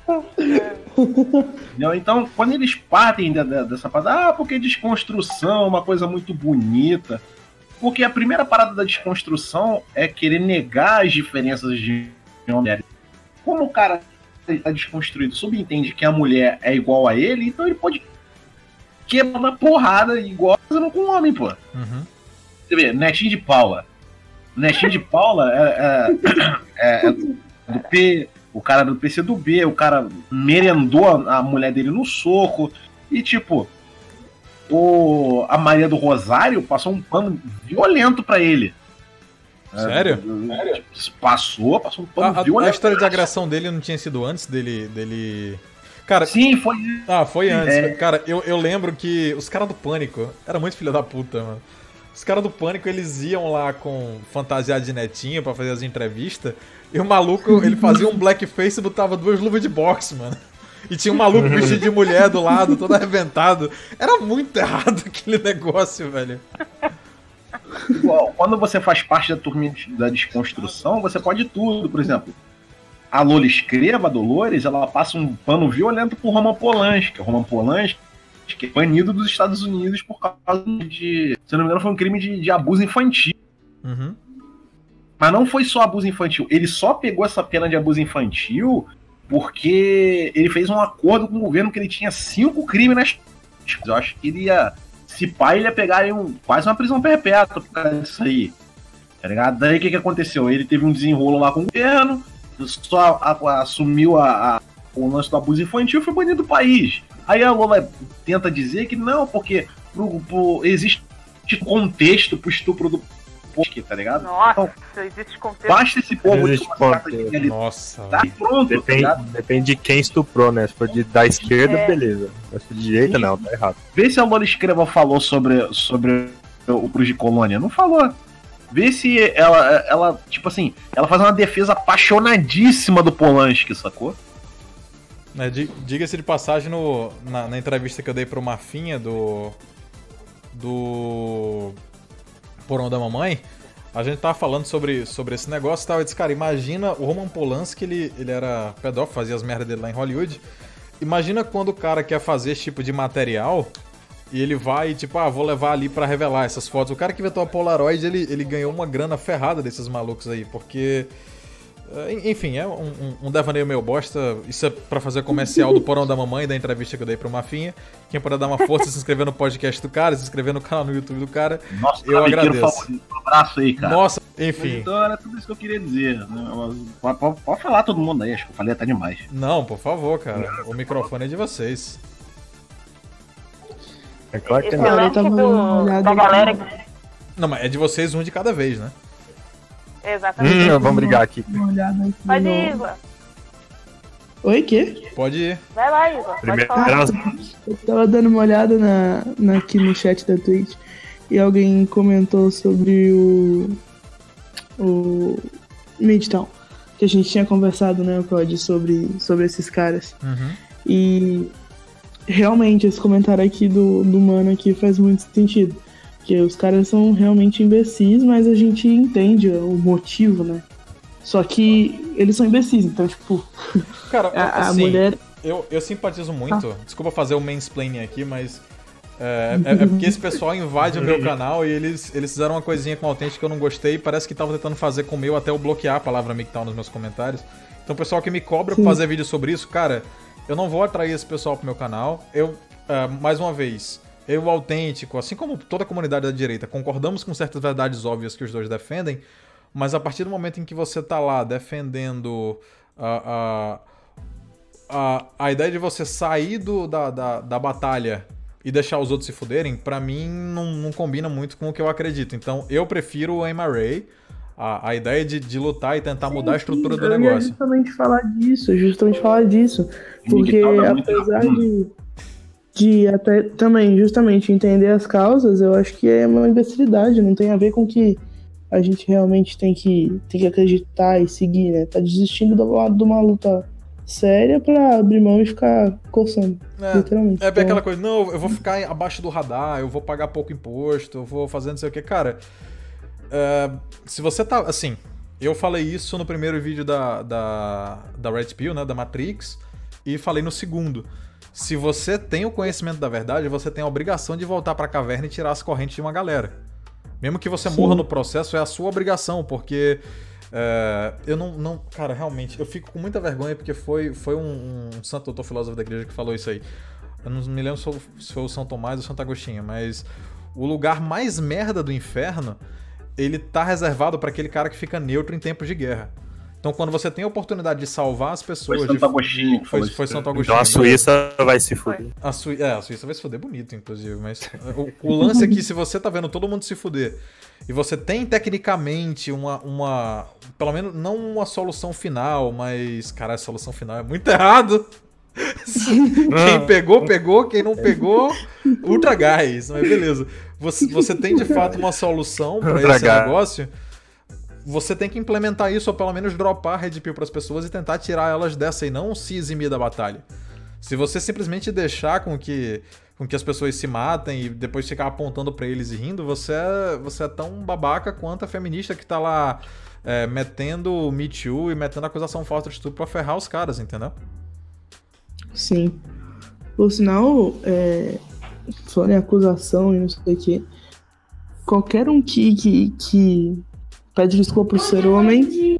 Entendeu? Então, quando eles partem da, da, dessa parada, ah, porque desconstrução é uma coisa muito bonita. Porque a primeira parada da desconstrução é querer negar as diferenças de mulheres. Como o cara está desconstruído, subentende que a mulher é igual a ele, então ele pode quebrar na porrada igual fazendo com o homem, pô. Uhum. Você vê, Netinho de Paula. Netinho de Paula é, é, é, é do P, o cara do P C do B, o cara merendou a, a mulher dele no soco. E tipo, o, a Maria do Rosário passou um pano violento pra ele. Sério? É, tipo, passou, passou um pano A, violento. a história de agressão dele não tinha sido antes dele... dele... Cara, sim, foi. Ah, foi antes. É. Cara, eu, eu lembro que os caras do Pânico era muito filho da puta, mano. Os caras do Pânico, eles iam lá com fantasiado de netinho pra fazer as entrevistas. E o maluco, ele fazia um blackface e botava duas luvas de boxe, mano. E tinha um maluco vestido de mulher do lado, todo arrebentado. Era muito errado aquele negócio, velho. Igual, quando você faz parte da turminha da desconstrução, você pode tudo. Por exemplo, a Lola Escreva, a Dolores, ela passa um pano violento pro Roman Polanski. O Roman Polanski que é banido dos Estados Unidos por causa de... Se não me engano, foi um crime de, de abuso infantil. Uhum. Mas não foi só abuso infantil. Ele só pegou essa pena de abuso infantil porque ele fez um acordo com o governo que ele tinha cinco crimes nas... Eu acho que ele ia... Se pai, ele ia pegar um, quase uma prisão perpétua por causa disso aí. Tá ligado? Daí o que, que aconteceu? Ele teve um desenrolo lá com o governo, só a, a, assumiu a, a, o lance do abuso infantil e foi banido do país. Aí a Lola tenta dizer que não, porque pro, pro, existe contexto pro estupro do povo, tá ligado? Nossa, então, existe contexto. Basta esse povo Existe contexto. ali, Nossa. tá e pronto, Depende, tá depende de quem estuprou, né? Se for de, da esquerda, É. beleza. Se for de direita, Sim. não, tá errado. Vê se a Lola Escreva falou sobre, sobre o Cruz de Colônia. Não falou. Vê se ela, ela, tipo assim, ela faz uma defesa apaixonadíssima do Polanski, sacou? É, di- diga-se de passagem, no, na, na entrevista que eu dei pro Marfinha do. Do. Porão da Mamãe, a gente tava falando sobre, sobre esse negócio e tal. Eu disse, cara, imagina o Roman Polanski, ele, ele era pedófilo, fazia as merdas dele lá em Hollywood. Imagina quando o cara quer fazer esse tipo de material e ele vai, tipo, ah, vou levar ali pra revelar essas fotos. O cara que inventou a Polaroid, ele, ele ganhou uma grana ferrada desses malucos aí, porque. Enfim, é um, um, um devaneio meio bosta. Isso é pra fazer comercial do Porão da Mamãe, da entrevista que eu dei pro Mafinha. Quem puder dar uma força, se inscrever no podcast do cara, se inscrever no canal no YouTube do cara. Nossa, Eu agradeço. favorito. Um abraço aí, cara. Nossa, enfim. Então era tudo isso que eu queria dizer. Né? Pode, pode, pode falar todo mundo aí, acho que eu falei até demais. Não, por favor, cara. O microfone é de vocês. É claro que Esse não. eu lance tava dando uma do, olhada da aqui. galera que... Não, mas é de vocês um de cada vez, né? Exatamente. Hum, vamos brigar aqui. Uma olhada aqui Pode no- ir, Isla. Oi, quê? Pode ir. Vai lá, Isla. Pode Primeiro, falar. as- Eu tava dando uma olhada na, na- aqui no chat da Twitch e alguém comentou sobre o. O. Midtown. Que a gente tinha conversado, né, Cody, sobre, sobre esses caras. Uhum. E realmente esse comentário aqui do, do mano aqui faz muito sentido. Porque os caras são realmente imbecis, mas a gente entende o motivo, né? Só que eles são imbecis, então, tipo, Cara, a, a assim, mulher. eu, eu simpatizo muito. Desculpa fazer o mansplaining aqui, mas. É, é, é porque esse pessoal invade o meu canal e eles, eles fizeram uma coisinha com o Authentic que eu não gostei. Parece que estavam tentando fazer com o meu até eu bloquear a palavra MGTOW nos meus comentários. Então, o pessoal que me cobra pra Sim. fazer vídeo sobre isso, cara, eu não vou atrair esse pessoal pro meu canal. Eu, é, mais uma vez, eu e o Autêntico, assim como toda a comunidade da direita, concordamos com certas verdades óbvias que os dois defendem, mas a partir do momento em que você tá lá defendendo a, a, a, a ideia de você sair do, da, da, da batalha e deixar os outros se fuderem, pra mim não, não combina muito com o que eu acredito. Então eu prefiro o Aim Array, a, a ideia de, de lutar e tentar mudar a estrutura do eu ia negócio. justamente falar disso, justamente falar disso. Porque MGTOW dá muito apesar trabalho. de, de até também justamente entender as causas, eu acho que é uma imbecilidade, não tem a ver com que a gente realmente tem que, tem que acreditar e seguir, né? Tá desistindo do- de uma luta séria pra abrir mão e ficar coçando, É, literalmente. É bem Então, aquela coisa, não, eu vou ficar abaixo do radar, eu vou pagar pouco imposto, eu vou fazer não sei o que. Cara, é, se você tá, assim, eu falei isso no primeiro vídeo da, da, da Red Pill, né, da Matrix, E falei no segundo. Se você tem o conhecimento da verdade, você tem a obrigação de voltar pra caverna e tirar as correntes de uma galera. Mesmo que você Sim. morra no processo, é a sua obrigação, porque... É, eu não, não... Cara, realmente, eu fico com muita vergonha, porque foi, foi um, um santo doutor filósofo da igreja que falou isso aí. Eu não me lembro se foi o São Tomás ou o Santo Agostinho, mas o lugar mais merda do inferno, ele tá reservado pra aquele cara que fica neutro em tempos de guerra. Então, quando você tem a oportunidade de salvar as pessoas... Foi Santo de... Agostinho que foi, falou foi isso. Santo Agostinho. Então a Suíça vai se fuder. A, Sui... é, a Suíça vai se fuder bonito, inclusive. Mas o, o lance é que se você tá vendo todo mundo se fuder e você tem, tecnicamente, uma... uma pelo menos, não uma solução final, mas... Cara, a solução final é muito errado. Quem pegou, pegou. Quem não pegou, ultra gás. Mas beleza. Você, você tem, de fato, uma solução pra Ultra esse gás. negócio... Você tem que implementar isso, ou pelo menos dropar Red Pill pras pessoas e tentar tirar elas dessa e não se eximir da batalha. Se você simplesmente deixar com que, com que as pessoas se matem e depois ficar apontando pra eles e rindo, você é, você é tão babaca quanto a feminista que tá lá é, metendo Me Too e metendo acusação falsa de estupro pra ferrar os caras, entendeu? Sim. Por sinal, é, falando em acusação e não sei o que, qualquer um que... que, que... pede desculpa pro ser homem,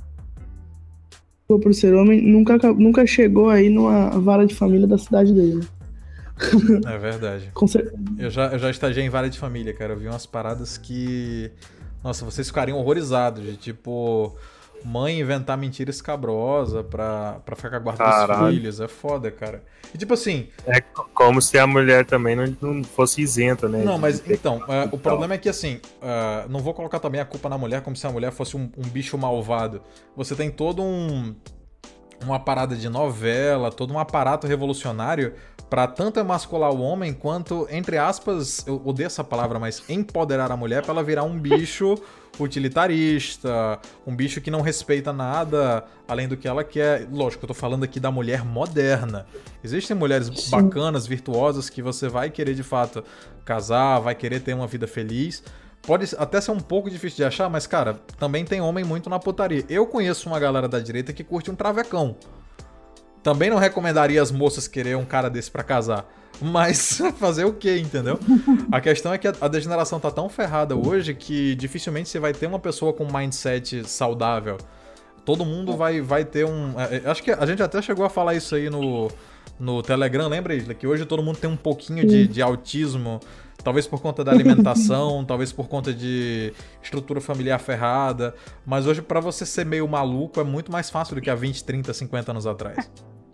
pro ser homem, nunca, nunca chegou aí numa vara de família da cidade dele. É verdade. Com certeza. Eu já, eu já estagiei em vara de família, cara. Eu vi umas paradas que... Nossa, vocês ficariam horrorizados. De tipo, mãe inventar mentira escabrosa pra, pra ficar com a guarda Caralho. dos filhos. É foda, cara. E tipo assim... É como se a mulher também não, não fosse isenta, né? Não, mas de... então, uh, o problema é que assim, uh, não vou colocar também a culpa na mulher como se a mulher fosse um, um bicho malvado. Você tem todo um... uma parada de novela, todo um aparato revolucionário pra tanto emascular o homem quanto, entre aspas, eu odeio essa palavra, mas empoderar a mulher pra ela virar um bicho utilitarista, um bicho que não respeita nada além do que ela quer. Lógico, eu tô falando aqui da mulher moderna. Existem mulheres Sim. bacanas, virtuosas, que você vai querer de fato casar, vai querer ter uma vida feliz. Pode até ser um pouco difícil de achar, mas, cara, também tem homem muito na putaria. Eu conheço uma galera da direita que curte um travecão. Também não recomendaria as moças querer um cara desse pra casar. Mas fazer o quê, entendeu? A questão é que a degeneração tá tão ferrada hoje que dificilmente você vai ter uma pessoa com um mindset saudável. Todo mundo vai, vai ter um... Acho que a gente até chegou a falar isso aí no, no Telegram, lembra, Isla? Que hoje todo mundo tem um pouquinho de, de autismo. Talvez por conta da alimentação, talvez por conta de estrutura familiar ferrada. Mas hoje, pra você ser meio maluco, é muito mais fácil do que há vinte, trinta, cinquenta anos atrás.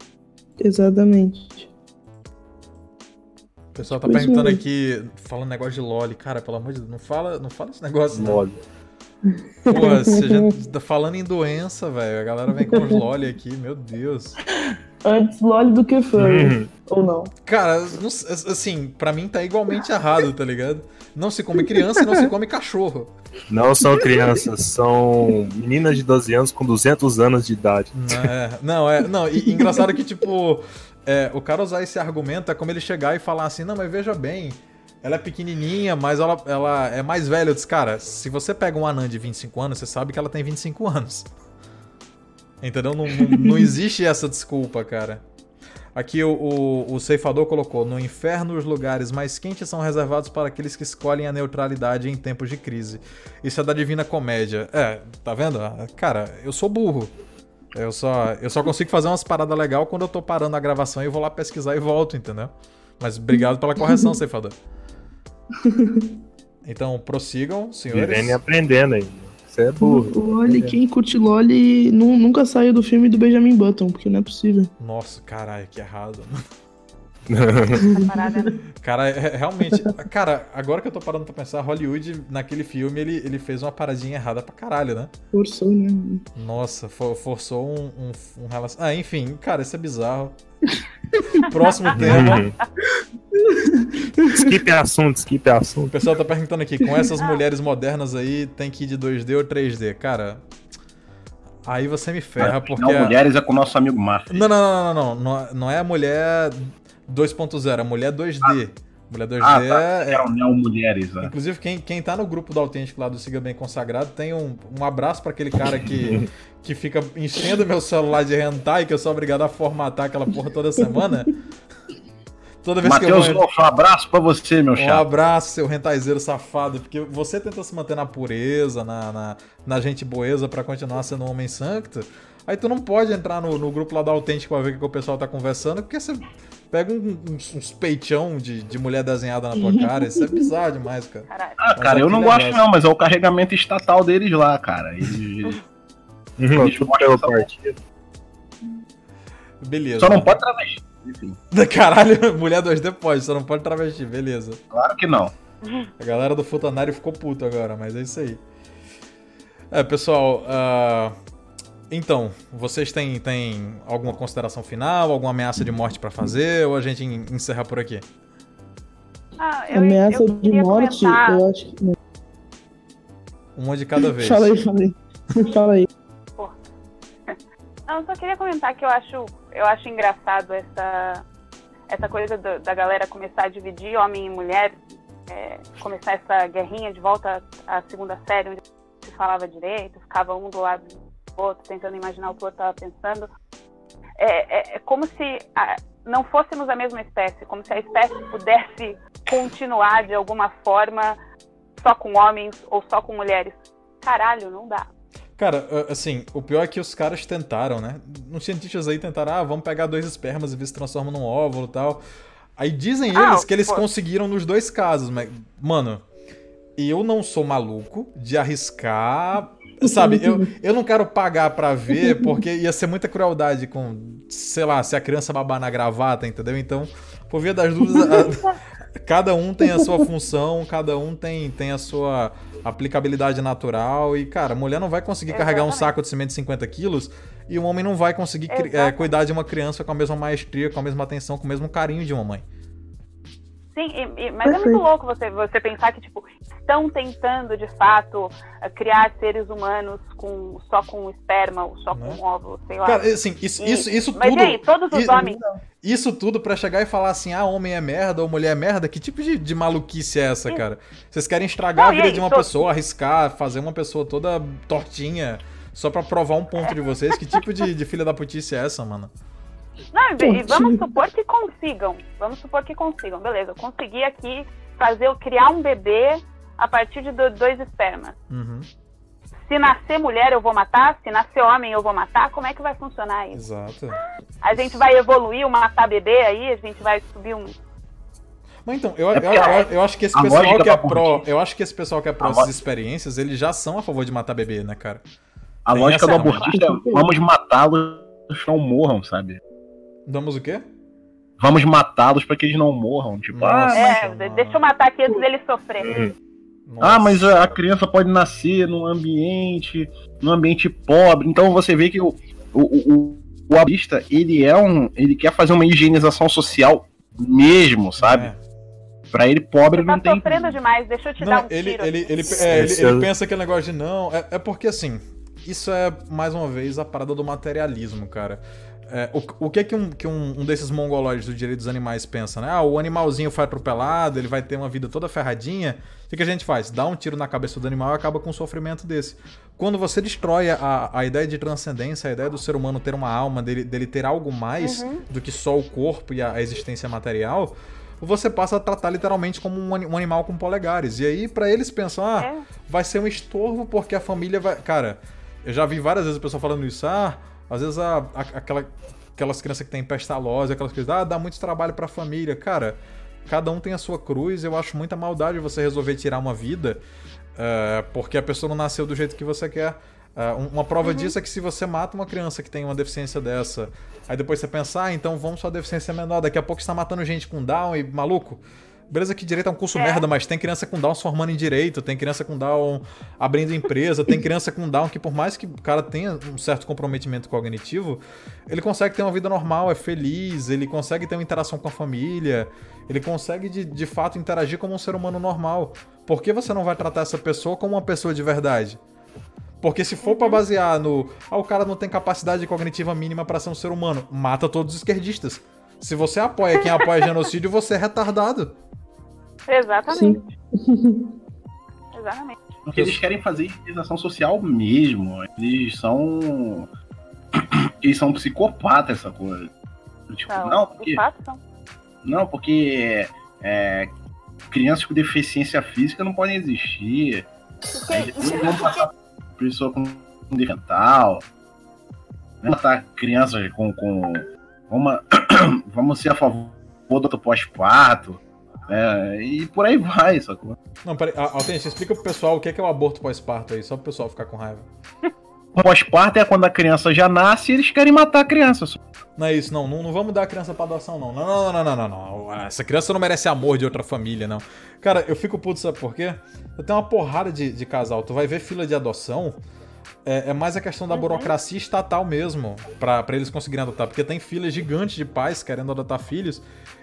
Exatamente. O pessoal tá perguntando aqui, falando negócio de loli. Cara, pelo amor de Deus, não fala, não fala esse negócio, não. Loli. Pô, se a gente tá falando em doença, velho, a galera vem com os loli aqui, meu Deus. Antes loli do que furry, Uhum. ou não? Cara, não- assim, pra mim tá igualmente errado, tá ligado? Não se come criança e não se come cachorro. Não são crianças, são meninas de doze anos com duzentos anos de idade. Não, é, não, é, não, e engraçado que, tipo, é, o cara usar esse argumento é como ele chegar e falar assim, não, mas veja bem, ela é pequenininha, mas ela, ela é mais velha. Eu disse, cara, se você pega um anã de vinte e cinco anos, você sabe que ela tem vinte e cinco anos. Entendeu? Não, não, não existe essa desculpa, cara. Aqui o, o, o ceifador colocou, no inferno os lugares mais quentes são reservados para aqueles que escolhem a neutralidade em tempos de crise. Isso é da Divina Comédia. É, tá vendo? Cara, eu sou burro. Eu só, eu só consigo fazer umas paradas legais quando eu tô parando a gravação e vou lá pesquisar e volto, entendeu? Mas obrigado pela correção, ceifador. Então, prossigam, senhores. Vivendo e aprendendo aí. Você é burro. Loli, quem curte Loli nu- nunca saiu do filme do Benjamin Button, porque não é possível. Nossa, caralho, que errado. Essa parada. Cara, é- realmente... Cara, agora que eu tô parando pra pensar, Hollywood, naquele filme, ele, ele fez uma paradinha errada pra caralho, né? Forçou, né? Nossa, for- forçou um, um, um relação... Ah, enfim, cara, isso é bizarro. Próximo tema. Skip assunto, skip O assunto. pessoal tá perguntando aqui, com essas mulheres modernas aí, tem que ir de dois D ou três D? Cara, aí você me ferra, porque... Não, a- mulheres é com o nosso amigo Márcio. Não, não, não, não, não, não, não é a mulher dois ponto zero, é a mulher dois D. Mulher dois D Ah, tá. é... Eram neo-mulheres, né? Inclusive, quem, quem tá no grupo do Autêntico lá do Siga Bem Consagrado, tem um, um abraço pra aquele cara que, que fica enchendo meu celular de hentai, que eu sou obrigado a formatar aquela porra toda semana. Toda vez Matheus que eu vou... Wolff, um abraço pra você, meu Um chapa. abraço, seu rentaizeiro safado, porque você tenta se manter na pureza, na, na, na gente boeza pra continuar sendo um homem santo. Aí tu não pode entrar no, no grupo lá do Autêntico pra ver o que o pessoal tá conversando, porque você pega um, uns, uns peitão de, de mulher desenhada na tua cara. Isso é bizarro demais, cara. Caralho. Ah, Mas cara, é eu não aquele gosto negócio. não, mas é o carregamento estatal deles lá, cara. Eles, eles Tudo mostram pelo essa- partido. Beleza. Só não pode travesti. Enfim, Caralho, mulher dois D pode, só não pode travesti, beleza. claro que não. A galera do Futanari ficou puto agora, mas é isso aí. É, pessoal, ah, então, vocês têm, têm alguma consideração final, alguma ameaça de morte pra fazer, ou a gente en- encerra por aqui? Ah, eu, Ameaça eu de queria morte, comentar- eu acho que. Uma de cada vez. Fala aí, fala aí. Fala aí. Não, eu só queria comentar que eu acho, eu acho engraçado essa, essa coisa do- da galera começar a dividir homem e mulher, é, começar essa guerrinha de volta à segunda série, onde se falava direito, ficava um do lado do outro, tentando imaginar o que o outro estava pensando. É, é- é como se a- não fôssemos a mesma espécie, como se a espécie pudesse continuar de alguma forma só com homens ou só com mulheres. Caralho, não dá. Cara, assim, o pior é que os caras tentaram, né? Uns cientistas aí tentaram, ah, vamos pegar dois espermas e ver se transforma num óvulo e tal. Aí dizem Ah, eles que eles pô. conseguiram nos dois casos, mas, mano, eu não sou maluco de arriscar, sabe? Eu, eu não quero pagar pra ver, porque ia ser muita crueldade com, sei lá, se a criança babar na gravata, entendeu? Então, por via das dúvidas, a- cada um tem a sua função, cada um tem, tem a sua aplicabilidade natural e, cara, a mulher não vai conseguir carregar um Exatamente. saco de cimento de cinquenta quilos e o homem não vai conseguir cri- é, Exatamente. cuidar de uma criança com a mesma maestria, com a mesma atenção, com o mesmo carinho de uma mãe. Sim, e- e- mas é Perfeito. muito louco você, você pensar que, tipo, estão tentando, de fato, eh, criar seres humanos com, só com esperma ou só Né? com óvulo, sei lá. Cara, assim, isso, E- isso, isso mas tudo... e aí, todos os i- homens... Isso tudo pra chegar e falar assim, ah, homem é merda ou mulher é merda? Que tipo de, de maluquice é essa, Isso. cara? Vocês querem estragar Não, a e vida aí, de uma to- pessoa, arriscar, fazer uma pessoa toda tortinha só pra provar um ponto de vocês? Que tipo de, de filha da putice é essa, mano? Não, e- e Pô, vamos sim. supor que consigam. Vamos supor que consigam. Beleza, eu consegui aqui fazer, criar um bebê a partir de do- dois espermas. Uhum, Se nascer mulher, eu vou matar. Se nascer homem, eu vou matar. Como é que vai funcionar isso? exato. A gente vai evoluir o matar bebê aí? A gente vai subir um... Mas então, eu, eu, eu, eu acho que esse A pessoal lógica que é pra pró, abortista. eu acho que esse pessoal que é pró A essas lógica- experiências, eles já são a favor de matar bebê, né, cara? A Tem lógica essa do também. abortista é vamos matá-los que não morram, sabe? Damos o quê? Vamos matá-los pra que eles não morram. Tipo, ah, Nossa, É, mano. deixa eu matar aqui antes dele sofrer. Nossa. ah, mas a a criança pode nascer num ambiente, num ambiente pobre. Então você vê que o, o, o, o abortista, ele é um. Ele quer fazer uma higienização social mesmo, sabe? É. Pra ele, pobre Você tá não tem. sofrendo demais, deixa eu te Não, dar um ele, tiro. ele, ele, Sim, é, ele, esse ele é- pensa aquele negócio de não. É, é porque assim, isso é mais uma vez a parada do materialismo, cara. É, o, o que é que, um, que um, um desses mongolóides do direito dos animais pensa, né? Ah, o animalzinho foi atropelado, ele vai ter uma vida toda ferradinha. O que, que a gente faz? Dá um tiro na cabeça do animal e acaba com um sofrimento desse. Quando você destrói a, a ideia de transcendência, a ideia do ser humano ter uma alma, dele, dele ter algo mais Uhum. do que só o corpo e a, a existência material, você passa a tratar literalmente como um, ani- um animal com polegares. E aí, pra eles pensam, ah, É. vai ser um estorvo porque a família vai. Cara, eu já vi várias vezes o pessoal falando isso, ah, às vezes a, a- aquela, aquelas crianças que têm pestalose, aquelas coisas, ah, dá muito trabalho pra família. Cara, cada um tem a sua cruz, eu acho muita maldade você resolver tirar uma vida eh, porque a pessoa não nasceu do jeito que você quer. Eh, um- uma prova disso é que se você mata uma criança que tem uma deficiência dessa, aí depois você pensa, ah, então vamos só deficiência menor, daqui a pouco você tá matando gente com Down e maluco. Beleza que direito é um curso É. merda, mas tem criança com Down se formando em direito, tem criança com Down abrindo empresa, tem criança com Down que por mais que o cara tenha um certo comprometimento cognitivo, ele consegue ter uma vida normal, é feliz, ele consegue ter uma interação com a família, ele consegue de, de fato interagir como um ser humano normal. Por que você não vai tratar essa pessoa como uma pessoa de verdade? Porque se for pra basear no... Ah, o cara não tem capacidade cognitiva mínima pra ser um ser humano, mata todos os esquerdistas. Se você apoia quem apoia genocídio, você é retardado. Exatamente. Exatamente. Porque eles querem fazer higienização social mesmo. Eles são. Eles são psicopatas, essa coisa. Tipo, Então, não, de porque. fato, são. Não, porque é, crianças com deficiência física não podem existir. Aí depois vão passar por pessoa com deficiência mental. Vamos matar crianças com. com vamos, vamos ser a favor do pós-parto. É, e por aí vai, sacou? Não, peraí, Autêntico, explica pro pessoal o que é o aborto pós-parto aí, só pro pessoal ficar com raiva. O pós-parto é quando a criança já nasce e eles querem matar a criança. Não é isso, não. Não, não vamos dar a criança pra adoção, não. Não, não, não, não, não, não. Essa criança não merece amor de outra família, não. Cara, eu fico puto, sabe por quê? Eu tenho uma porrada de, de casal. Tu vai ver fila de adoção, é, é mais a questão da burocracia estatal mesmo, pra, pra eles conseguirem adotar. Porque tem filas gigantes de pais querendo adotar filhos.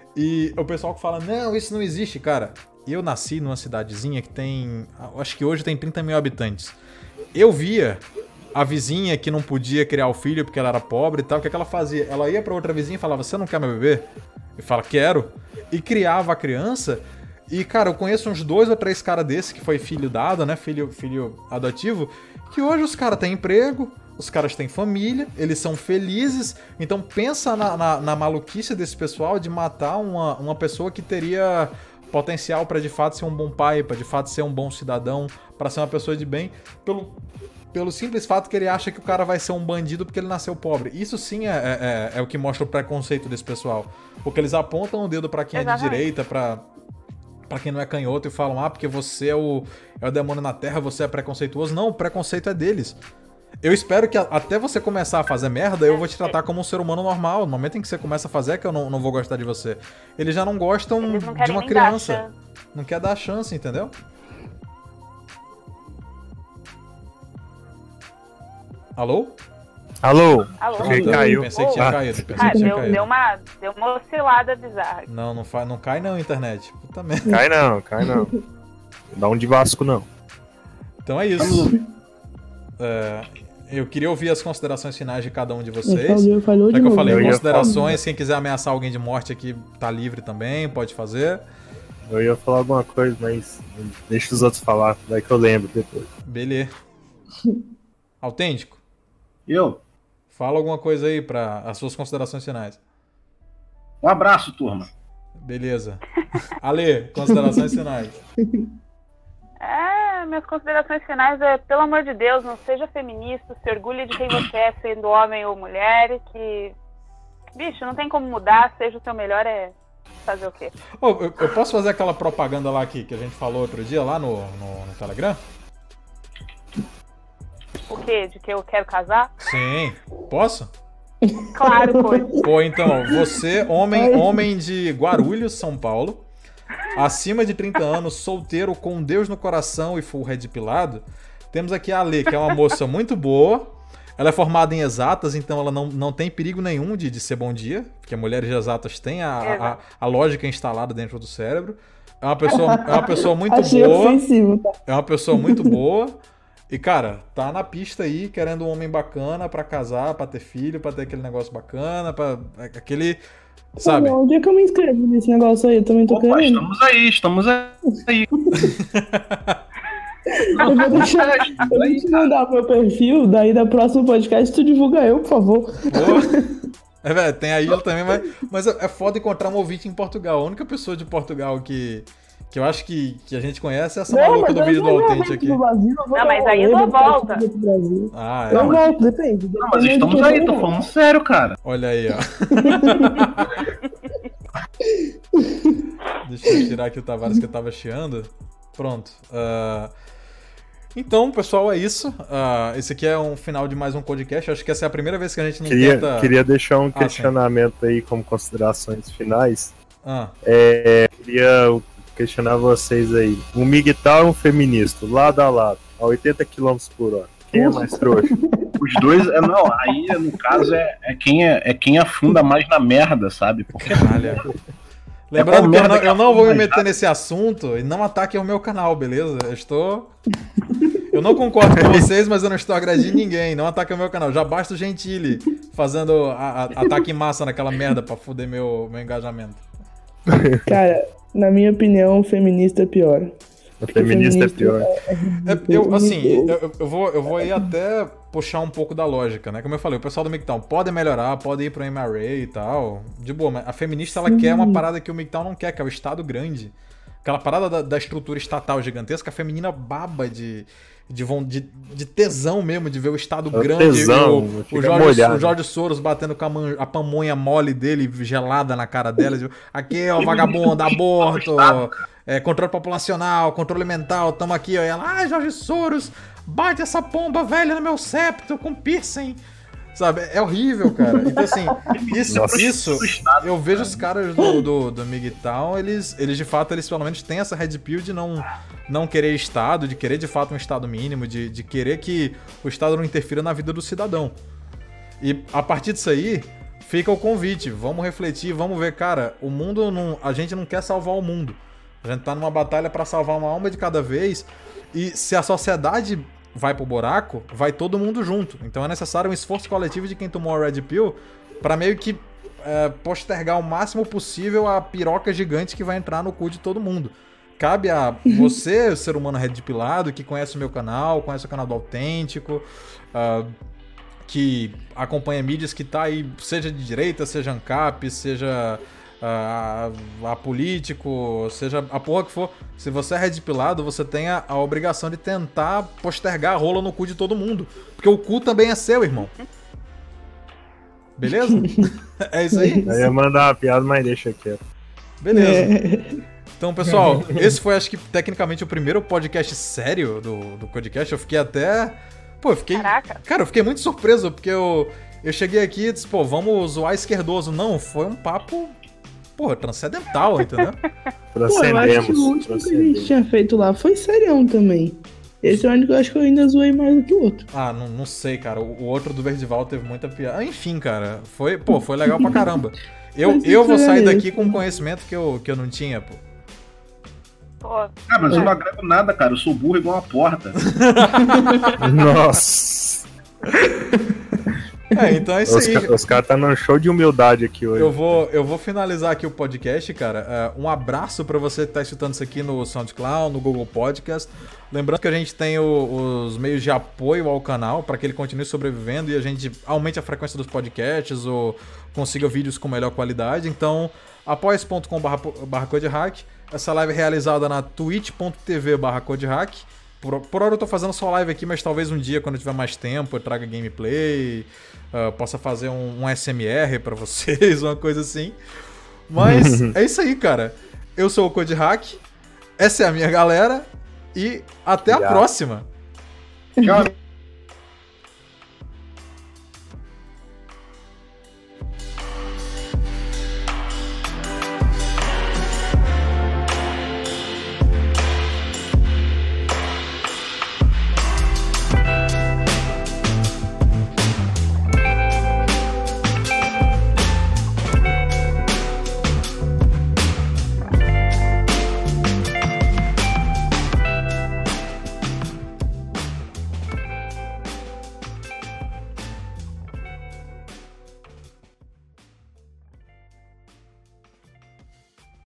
E o pessoal que fala, não, isso não existe, cara. Eu nasci numa cidadezinha que tem, acho que hoje tem trinta mil habitantes. Eu via a vizinha que não podia criar o filho porque ela era pobre e tal, o que, é que ela fazia? Ela ia pra outra vizinha e falava, você não quer meu bebê? E fala, quero. E criava a criança. E, cara, eu conheço uns dois ou três caras desses que foi filho dado, né? Filho, filho adotivo. Que hoje os caras têm emprego, os caras têm família, eles são felizes. Então pensa na, na, na maluquice desse pessoal de matar uma, uma pessoa que teria potencial pra de fato ser um bom pai, pra de fato ser um bom cidadão, pra ser uma pessoa de bem, pelo... pelo simples fato que ele acha que o cara vai ser um bandido porque ele nasceu pobre. Isso sim é, é, é o que mostra o preconceito desse pessoal. Porque eles apontam o dedo pra quem Exatamente. é de direita, pra, pra quem não é canhoto e falam, ah, porque você é o, é o demônio na terra, você é preconceituoso. Não, o preconceito é deles. Eu espero que a, até você começar a fazer merda, eu vou te tratar como um ser humano normal. No momento em que você começa a fazer é que eu não, não vou gostar de você. Eles já não gostam não de uma criança. Não quer dar chance, entendeu? Alô? Alô? Alô? Quem Então, caiu? Pensei que tinha Ah. caído. Pensei Ah, que tinha deu, caído. deu, uma, deu uma oscilada bizarra. Não, não, fa... não cai não, internet. Puta merda. Cai não, cai não. Dá um de Vasco, não. Então é isso. É, eu queria ouvir as considerações finais de cada um de vocês. Falou, falou Já de que eu novo. falei Eu ia considerações, quem quiser ameaçar alguém de morte aqui tá livre também, pode fazer. Eu ia falar alguma coisa, mas deixa os outros falar, daí que eu lembro depois. Beleza. Autêntico, Eu? fala alguma coisa aí para as suas considerações finais. Um abraço, turma. Beleza. Ale, considerações finais. É, minhas considerações finais é, pelo amor de Deus, não seja feminista, se orgulhe de quem você é, sendo homem ou mulher, que, bicho, não tem como mudar, seja o seu melhor, é fazer o quê? Oh, eu, eu posso fazer aquela propaganda lá que, que a gente falou outro dia, lá no, no, no Telegram? O quê? De que eu quero casar? Sim. Posso? Claro, coisa. Pô, então, você, homem, homem de Guarulhos, São Paulo, acima de trinta anos, solteiro, com Deus no coração e full red pilado, temos aqui a Ale, que é uma moça muito boa. Ela é formada em exatas, então ela não, não tem perigo nenhum de, de ser bom dia, porque mulheres de exatas têm a, a, a lógica instalada dentro do cérebro. É uma pessoa, é uma pessoa muito Achei boa. ofensivo, tá? É uma pessoa muito boa. E, cara, tá na pista aí, querendo um homem bacana pra casar, pra ter filho, pra ter aquele negócio bacana, pra aquele... Sabe? Onde é que eu me inscrevo nesse negócio aí? Eu também tô Opa, querendo. estamos aí, estamos aí. Eu vou deixar, eu vou te mandar meu perfil, daí da próxima podcast tu divulga eu, por favor. Pô. É, velho, tem a ilha também, mas, mas é foda encontrar um ouvinte em Portugal. A única pessoa de Portugal que, que eu acho que, que a gente conhece é essa maluca do vídeo do Autêntico aqui. Não, mas aí eu dou volta. Ah, é. Eu volto, depende. Não, mas estamos aí, tô falando sério, cara. Olha aí, ó. Deixa eu tirar aqui o Tavares que eu tava chiando. Pronto. Uh, então, pessoal, é isso. Uh, esse aqui é um final de mais um podcast. Acho que essa é a primeira vez que a gente não Queria, tenta... queria deixar um Ah, questionamento aí como considerações finais. Ah, É, queria questionar vocês aí. Um migtal e um feminista, lado a lado, a oitenta quilômetros por hora. Quem é mais trouxa? Os dois, é, não, aí no caso é, é, quem é, é quem afunda mais na merda, sabe? Porque caralho. Lembrando que eu não, eu não vou me meter nesse. nesse assunto e não ataquem o meu canal, beleza? Eu estou... Eu não concordo com vocês, mas eu não estou agredindo ninguém. Não ataquem o meu canal. Já basta o Gentili fazendo a, a, ataque em massa naquela merda pra foder meu, meu engajamento. Cara, Na minha opinião, o feminista é pior. O feminista é pior. É, É, eu, assim, eu, eu, vou, eu vou aí até puxar um pouco da lógica, né? Como eu falei, o pessoal do MGTOW pode melhorar, pode ir pro M R A e tal. De boa, mas a feminista, ela Sim. quer uma parada que o MGTOW não quer, que é o Estado grande. Aquela parada da, da estrutura estatal gigantesca, a feminina baba de, de, de, de tesão mesmo, de ver o Estado É grande. tesão, o, fica o, Jorge, molhado. o Jorge Soros batendo com a, man, a pamonha mole dele, gelada na cara dela. Tipo, aqui, ó, vagabundo, aborto, é, controle populacional, controle mental, tamo aqui, ó. E ela, ah, Jorge Soros, bate essa pomba velha no meu septo com piercing. Sabe, é horrível, cara. Então, assim, isso, Nossa. isso eu vejo os caras do, do, do MGTOW, eles, eles de fato, eles pelo menos têm essa red pill de não, não querer Estado, de querer de fato um Estado mínimo, de, de querer que o Estado não interfira na vida do cidadão. E a partir disso aí, fica o convite, vamos refletir, vamos ver, cara, o mundo não, a gente não quer salvar o mundo. A gente tá numa batalha pra salvar uma alma de cada vez, e se a sociedade vai pro buraco, vai todo mundo junto. Então é necessário um esforço coletivo de quem tomou a Red Pill pra meio que é, postergar o máximo possível a piroca gigante que vai entrar no cu de todo mundo. Cabe a você, ser humano red pillado, que conhece o meu canal, conhece o canal do Autêntico, uh, que acompanha mídias que tá aí, seja de direita, seja ANCAP, seja a, a político, seja a porra que for. Se você é red pillado, você tem a, a obrigação de tentar postergar a rola no cu de todo mundo. Porque o cu também é seu, irmão. Beleza? É isso aí? Eu ia mandar uma piada, mas deixa quieto. Beleza. Então, pessoal, esse foi, acho que, tecnicamente, o primeiro podcast sério do, do podcast. Eu fiquei até... Pô, eu fiquei... Caraca. Cara, eu fiquei muito surpreso, porque eu, eu cheguei aqui e disse, pô, vamos zoar esquerdoso. Não, foi um papo... Pô, transcendental, entendeu? Pô, eu acho que o Transcendemos. último que a gente transcendemos. tinha feito lá foi serião também. Esse é o único que eu acho que eu ainda zoei mais do que o outro. Ah, não, não sei, cara. O, o outro do Verdival teve muita piada. Ah, enfim, cara. Foi, pô, foi legal pra caramba. Eu, Mas eu vou isso é sair isso. daqui com conhecimento que eu, que eu não tinha, pô. Pô, Ah, mas eu não agrego nada, cara. Eu sou burro igual uma porta. Nossa. É, então é isso Os, aí. ca- os caras tá num show de humildade aqui hoje. Eu vou, eu vou finalizar aqui o podcast, cara. Uh, um abraço pra você que tá escutando isso aqui no SoundCloud, no Google Podcast. Lembrando que a gente tem o- os meios de apoio ao canal para que ele continue sobrevivendo e a gente aumente a frequência dos podcasts ou consiga vídeos com melhor qualidade. Então, apoia ponto com barra codehack. Essa live é realizada na twitch ponto tv barra codehack. Por, por hora eu tô fazendo só live aqui, mas talvez um dia, quando eu tiver mais tempo, eu traga gameplay, uh, possa fazer um, um S M R pra vocês, uma coisa assim. Mas é isso aí, cara. Eu sou o Codehack, essa é a minha galera e até a Obrigado. próxima. Tchau.